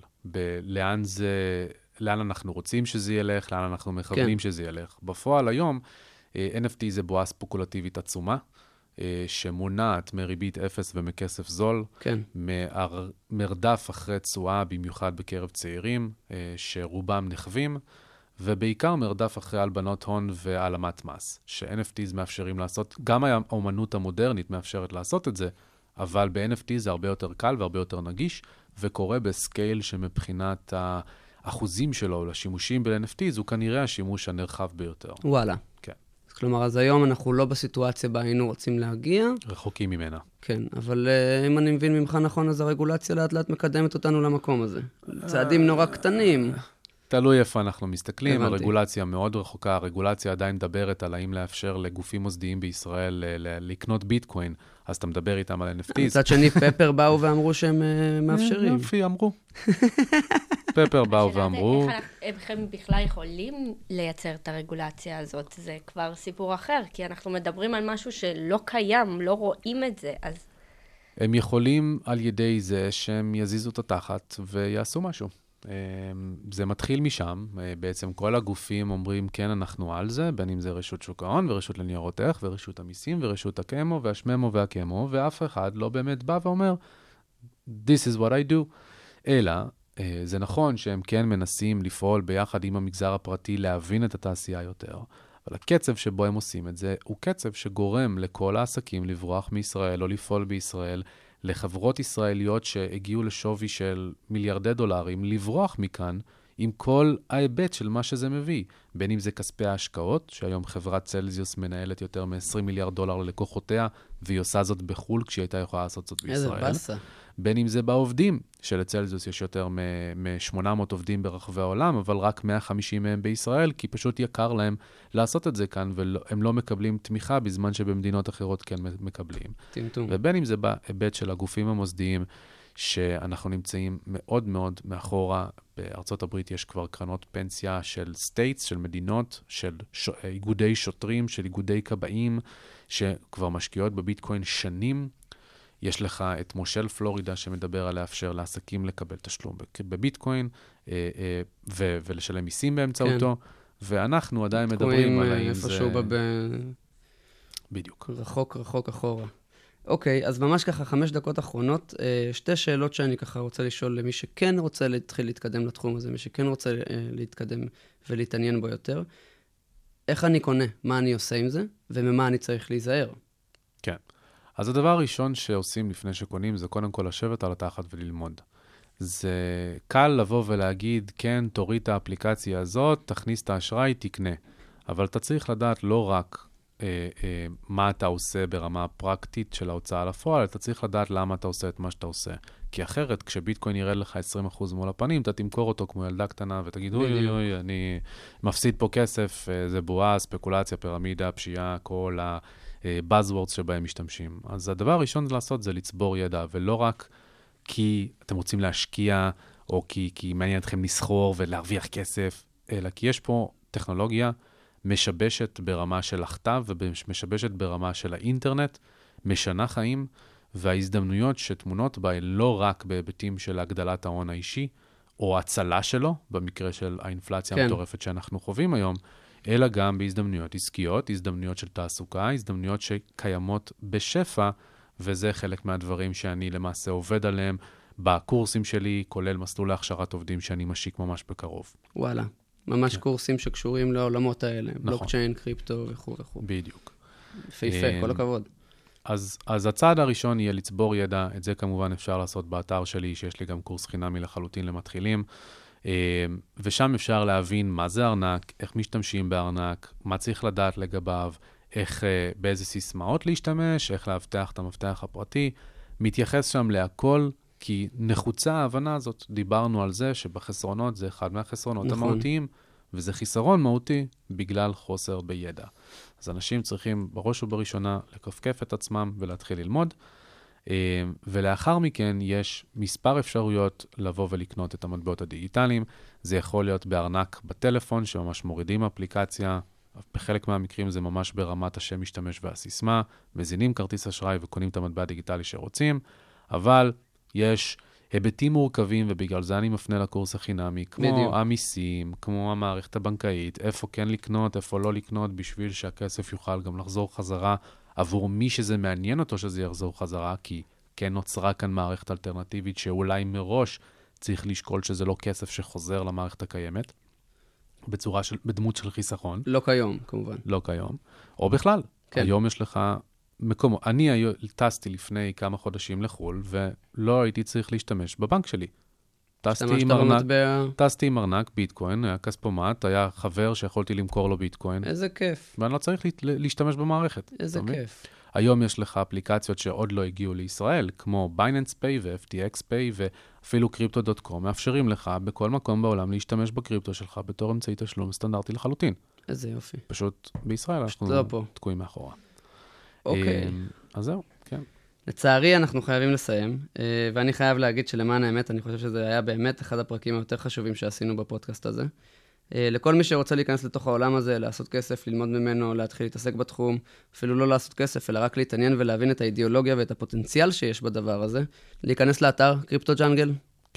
S5: לאן אנחנו רוצים שזה ילך, לאן אנחנו מכוונים שזה ילך. בפועל היום, NFT זה בועה ספקולטיבית עצומה, שמונעת מריבית אפס ומכסף זול, מרדף אחרי תשואה, במיוחד בקרב צעירים, שרובם נחווים, ובעיקר מרדף אחרי הלבנות הון והעלמת מס, ש-NFTs מאפשרים לעשות, גם האומנות המודרנית מאפשרת לעשות את זה, אבל ב-NFT זה הרבה יותר קל והרבה יותר נגיש, וקורה בסקייל שמבחינת האחוזים שלו לשימושים ב-NFTs, הוא כנראה השימוש הנרחב ביותר.
S4: וואלה.
S5: כן.
S4: כלומר, אז היום אנחנו לא בסיטואציה בה היינו רוצים להגיע.
S5: רחוקים ממנה.
S4: כן, אבל אם אני מבין ממך נכון, אז הרגולציה לאט לאט מקדמת אותנו למקום הזה. צעדים נורא קטנים.
S5: תלוי איפה אנחנו מסתכלים, הרגולציה מאוד רחוקה, הרגולציה עדיין מדברת על האם לאפשר לגופים מוסדיים בישראל לקנות ביטקוין, אז אתה מדבר איתם על NFTs.
S4: מצד שני, פפר באו ואמרו שהם מאפשרים.
S5: יופי, אמרו. פפר באו ואמרו.
S6: איך הם בכלל יכולים לייצר את הרגולציה הזאת? זה כבר סיפור אחר, כי אנחנו מדברים על משהו שלא קיים, לא רואים את זה, אז...
S5: הם יכולים על ידי זה שהם יזיזו את התחת ויעשו משהו. זה מתחיל משם, בעצם כל הגופים אומרים כן אנחנו על זה, בין אם זה רשות שוק ההון ורשות לניירות ערך ורשות המיסים ורשות הקמו והשממו והקמו, ואף אחד לא באמת בא ואומר this is what I do, אלא זה נכון שהם כן מנסים לפעול ביחד עם המגזר הפרטי להבין את התעשייה יותר, אבל הקצב שבו הם עושים את זה הוא קצב שגורם לכל העסקים לברוח מישראל או לפעול בישראל, לחברות ישראליות שהגיעו לשווי של מיליארדי דולרים, לברוח מכאן עם כל ההיבט של מה שזה מביא. בין אם זה כספי ההשקעות, שהיום חברת צלזיוס מנהלת יותר מ-20 מיליארד דולר ללקוחותיה, והיא עושה זאת בחול כשהיא הייתה יכולה לעשות זאת בישראל.
S4: איזה בסה.
S5: בין אם זה בעובדים, שלצלזיוס יש יותר מ-800 עובדים ברחבי העולם, אבל רק 150 מהם בישראל, כי פשוט יקר להם לעשות את זה כאן, והם לא מקבלים תמיכה בזמן שבמדינות אחרות כן מקבלים.
S4: טמטום.
S5: ובין אם זה בהיבט של הגופים המוסדיים, שאנחנו נמצאים מאוד מאוד מאחורה. בארצות הברית יש כבר קרנות פנסיה של סטייטס, של מדינות, של איגודי שוטרים, של איגודי קבעים, שכבר משקיעות בביטקוין שנים. יש לך את מושל פלורידה שמדבר על לאפשר לעסקים לקבל תשלום בביטקוין, ולשלם מיסים באמצעותו, ואנחנו עדיין מדברים על האם זה...
S4: איפשהו
S5: בדיוק.
S4: רחוק אחורה. אוקיי, אז ממש ככה 5 דקות אחרונות, 2 שאלות שאני ככה רוצה לשאול למי שכן רוצה להתחיל להתקדם לתחום הזה, מי שכן רוצה להתקדם ולהתעניין בו יותר. איך אני קונה? מה אני עושה עם זה? וממה אני צריך להיזהר?
S5: כן. אז הדבר הראשון שעושים לפני שקונים זה קודם כל לשבת על התחת וללמוד. זה קל לבוא ולהגיד, כן, תוריד את האפליקציה הזאת, תכניס את האשראי, תקנה. אבל אתה צריך לדעת לא רק מה אתה עושה ברמה הפרקטית של ההוצאה לפועל, אתה צריך לדעת למה אתה עושה את מה שאתה עושה. כי אחרת, כשביטקוין ירד לך 20% מול הפנים, אתה תמכור אותו כמו ילדה קטנה, ותגיד, אוי, אוי, אני מפסיד פה כסף, זה בועה, ספקולציה, פירמידה, פשיעה, כל ה-buzzwords שבהם משתמשים. אז הדבר הראשון לעשות זה לצבור ידע, ולא רק כי אתם רוצים להשקיע, או כי מעניין אתכם לסחור ולהרוויח כסף, אלא כי יש פה טכנולוגיה משבשת ברמה של הכתב, ומשבשת ברמה של האינטרנט, משנה חיים, וההזדמנויות שתמונות בה הן לא רק בהיבטים של הגדלת ההון האישי, או הצלה שלו, במקרה של האינפלציה המטורפת שאנחנו חווים היום, אלא גם בהזדמנויות עסקיות, הזדמנויות של תעסוקה, הזדמנויות שקיימות בשפע, וזה חלק מהדברים שאני למעשה עובד עליהם בקורסים שלי, כולל מסלול להכשרת עובדים שאני משיק ממש בקרוב.
S4: וואלה, ממש קורסים שקשורים לעולמות האלה, בלוקצ'יין, קריפטו וכו' וכו'.
S5: בדיוק.
S4: יפה, כל הכבוד.
S5: אז הצעד הראשון יהיה לצבור ידע, את זה כמובן אפשר לעשות באתר שלי, שיש לי גם קורס חינמי לחלוטין למתחילים, ושם אפשר להבין מה זה ארנק, איך משתמשים בארנק, מה צריך לדעת לגביו, איך, באיזה סיסמאות להשתמש, איך להבטח את המפתח הפרטי, מתייחס שם להכל, כי נחוצה ההבנה הזאת, דיברנו על זה שבחסרונות זה אחד מהחסרונות המהותיים, וזה חיסרון מהותי בגלל חוסר בידע. אז אנשים צריכים בראש ובראשונה לקפקף את עצמם ולהתחיל ללמוד, ולאחר מכן יש מספר אפשרויות לבוא ולקנות את המטבעות הדיגיטליים. זה יכול להיות בארנק בטלפון, שממש מורידים אפליקציה, בחלק מהמקרים זה ממש ברמת השם משתמש והסיסמה, מזינים כרטיס אשראי וקונים את המטבע הדיגיטלי שרוצים, אבל יש היבטים מורכבים, ובגלל זה אני מפנה לקורס החינמי, כמו המיסים, כמו המערכת הבנקאית, איפה כן לקנות, איפה לא לקנות, בשביל שהכסף יוכל גם לחזור חזרה, עבור מי שזה מעניין אותו שזה יחזור חזרה, כי כן נוצרה כאן מערכת אלטרנטיבית, שאולי מראש צריך לשקול שזה לא כסף שחוזר למערכת הקיימת, בדמות של חיסכון.
S4: לא כיום, כמובן.
S5: לא כיום. או בכלל. כן. היום יש לך מקום. אני טסתי לפני כמה חודשים לחול, ולא הייתי צריך להשתמש בבנק שלי. טסתי עם ארנק, ביטקוין, היה כספומט, היה חבר שיכולתי למכור לו ביטקוין.
S4: איזה כיף.
S5: ואני לא צריך להשתמש במערכת.
S4: איזה כיף.
S5: היום יש לך אפליקציות שעוד לא הגיעו לישראל, כמו Binance Pay ו-FTX Pay ואפילו Crypto.com, מאפשרים לך בכל מקום בעולם להשתמש בקריפטו שלך בתור אמצעי תשלום סטנדרטי לחלוטין.
S4: איזה יופי.
S5: פשוט בישראל אנחנו תקועים מאחורה.
S4: אוקיי.
S5: אז זהו, כן.
S4: לצערי אנחנו חייבים לסיים, ואני חייב להגיד שלמען האמת, אני חושב שזה היה באמת אחד הפרקים היותר חשובים שעשינו בפודקאסט הזה. לכל מי שרוצה להיכנס לתוך העולם הזה, לעשות כסף, ללמוד ממנו, להתחיל להתעסק בתחום, אפילו לא לעשות כסף, אלא רק להתעניין ולהבין את האידיאולוגיה ואת הפוטנציאל שיש בדבר הזה, להיכנס לאתר קריפטוג'אנגל.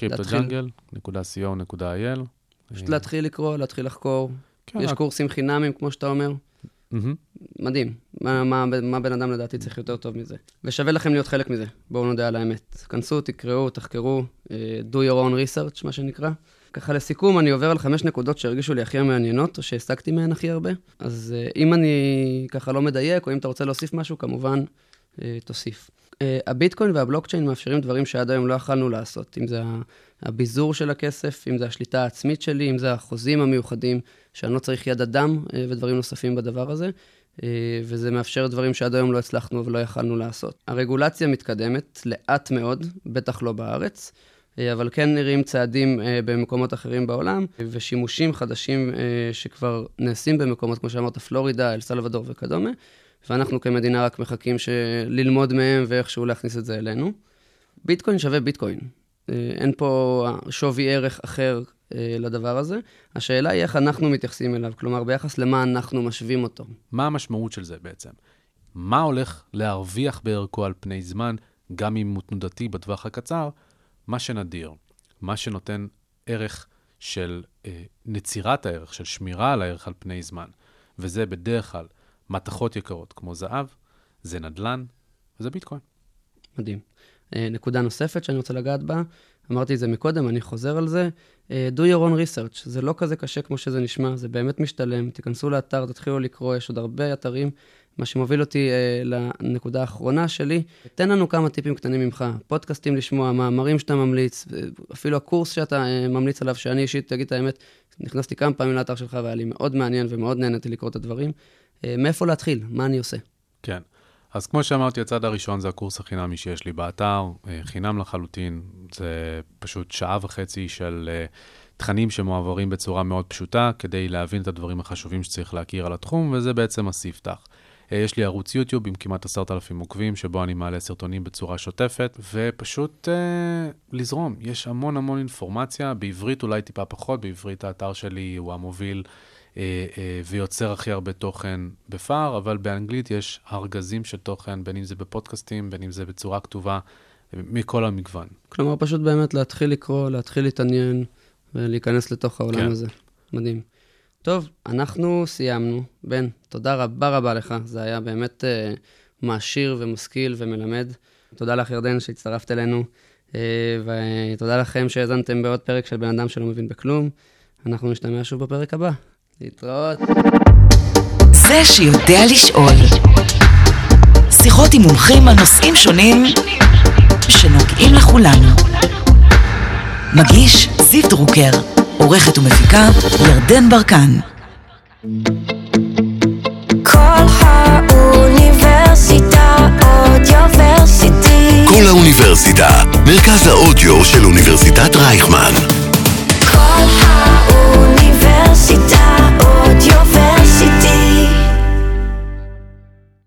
S5: cryptojungle.co.il.
S4: פשוט להתחיל לקרוא, להתחיל לחקור. יש קורסים חינמים, כמו שאתה אומר. מדהים. מה בן אדם לדעתי צריך יותר טוב מזה. ושווה לכם להיות חלק מזה. בואו נודע על האמת. כנסו, תקראו, תחקרו, do your own research, מה שנקרא. ככה לסיכום, אני עובר על 5 נקודות שהרגישו לי הכי מעניינות, או שהעסקתי מהן הכי הרבה. אז אם אני ככה לא מדייק, או אם אתה רוצה להוסיף משהו, כמובן, תוסיף. הביטקוין והבלוקצ'יין מאפשרים דברים שעד היום לא יכלנו לעשות. אם זה הביזור של הכסף, אם זה השליטה העצמית שלי, אם זה החוזים המיוחדים, שאני לא צריך יד אדם ודברים נוספים בדבר הזה. וזה מאפשר דברים שעד היום לא הצלחנו ולא יכלנו לעשות. הרגולציה מתקדמת לאט מאוד, בטח לא בארץ, אבל כן נראים צעדים במקומות אחרים בעולם, ושימושים חדשים שכבר נעשים במקומות, כמו שאמרת, פלורידה, אל סלוודור וכדומה, ואנחנו כמדינה רק מחכים ללמוד מהם ואיכשהו להכניס את זה אלינו. ביטקוין שווה ביטקוין. אין פה שווי ערך אחר לדבר הזה. השאלה היא איך אנחנו מתייחסים אליו, כלומר ביחס למה אנחנו משווים אותו.
S5: מה המשמעות של זה בעצם? מה הולך להרוויח בערכו על פני זמן, גם אם הוא תנודתי בטווח הקצר, מה שנדיר, מה שנותן ערך של נצירת הערך, של שמירה על הערך על פני זמן. וזה בדרך כלל מתכות יקרות כמו זהב, זה נדלן, וזה ביטקוין.
S4: מדהים. נקודה נוספת שאני רוצה לגעת בה, אמרתי את זה מקודם, אני חוזר על זה, do your own research, זה לא כזה קשה כמו שזה נשמע, זה באמת משתלם, תיכנסו לאתר, תתחילו לקרוא, יש עוד הרבה אתרים מה שמוביל אותי לנקודה האחרונה שלי. תן לנו כמה טיפים קטנים ממך, פודקאסטים לשמוע, מאמרים שאתה ממליץ, אפילו הקורס שאתה ממליץ עליו, שאני אישית, תגיד את האמת, נכנסתי כמה פעמים לאתר שלך, והיה לי מאוד מעניין ומאוד נהניתי לקרוא את הדברים. מאיפה להתחיל? מה אני עושה?
S5: כן. אז כמו שאמרתי, הצד הראשון זה הקורס החינמי שיש לי באתר, חינם לחלוטין, זה פשוט 1.5 שעות של תכנים שמועברים בצורה מאוד פשוטה, כדי להבין את הדברים החשובים שצריך להכיר על התחום, וזה בעצם הספתח. יש לי ערוץ יוטיוב עם כמעט 10,000 עוקבים, שבו אני מעלה סרטונים בצורה שוטפת, ופשוט לזרום. יש המון אינפורמציה, בעברית אולי טיפה פחות, בעברית האתר שלי הוא המוביל, ויוצר הכי הרבה תוכן בפער, אבל באנגלית יש ארגזים של תוכן, בין אם זה בפודקאסטים, בין אם זה בצורה כתובה, מכל המגוון.
S4: כלומר, פשוט באמת להתחיל לקרוא, להתחיל להתעניין, ולהיכנס לתוך העולם הזה. מדהים. טוב, אנחנו סיימנו. בן, תודה רבה לך. זה היה באמת מעשיר ומשכיל ומלמד. תודה לך, ירדן, שהצטרפת אלינו, ותודה לכם שהאזנתם בעוד פרק של בן אדם שלא מבין בכלום. אנחנו נשתמע שוב בפרק הבא. להתראות.
S3: זה שיודע לשאול. שיחות עם מומחים על נושאים שונים שנוגעים לכולנו. מגיש זיו דרוקר, עורכת ומפיקה ירדן ברקן.
S2: כל האוניברסיטה אודיוורסיטי.
S1: כל האוניברסיטה, מרכז האודיו של אוניברסיטת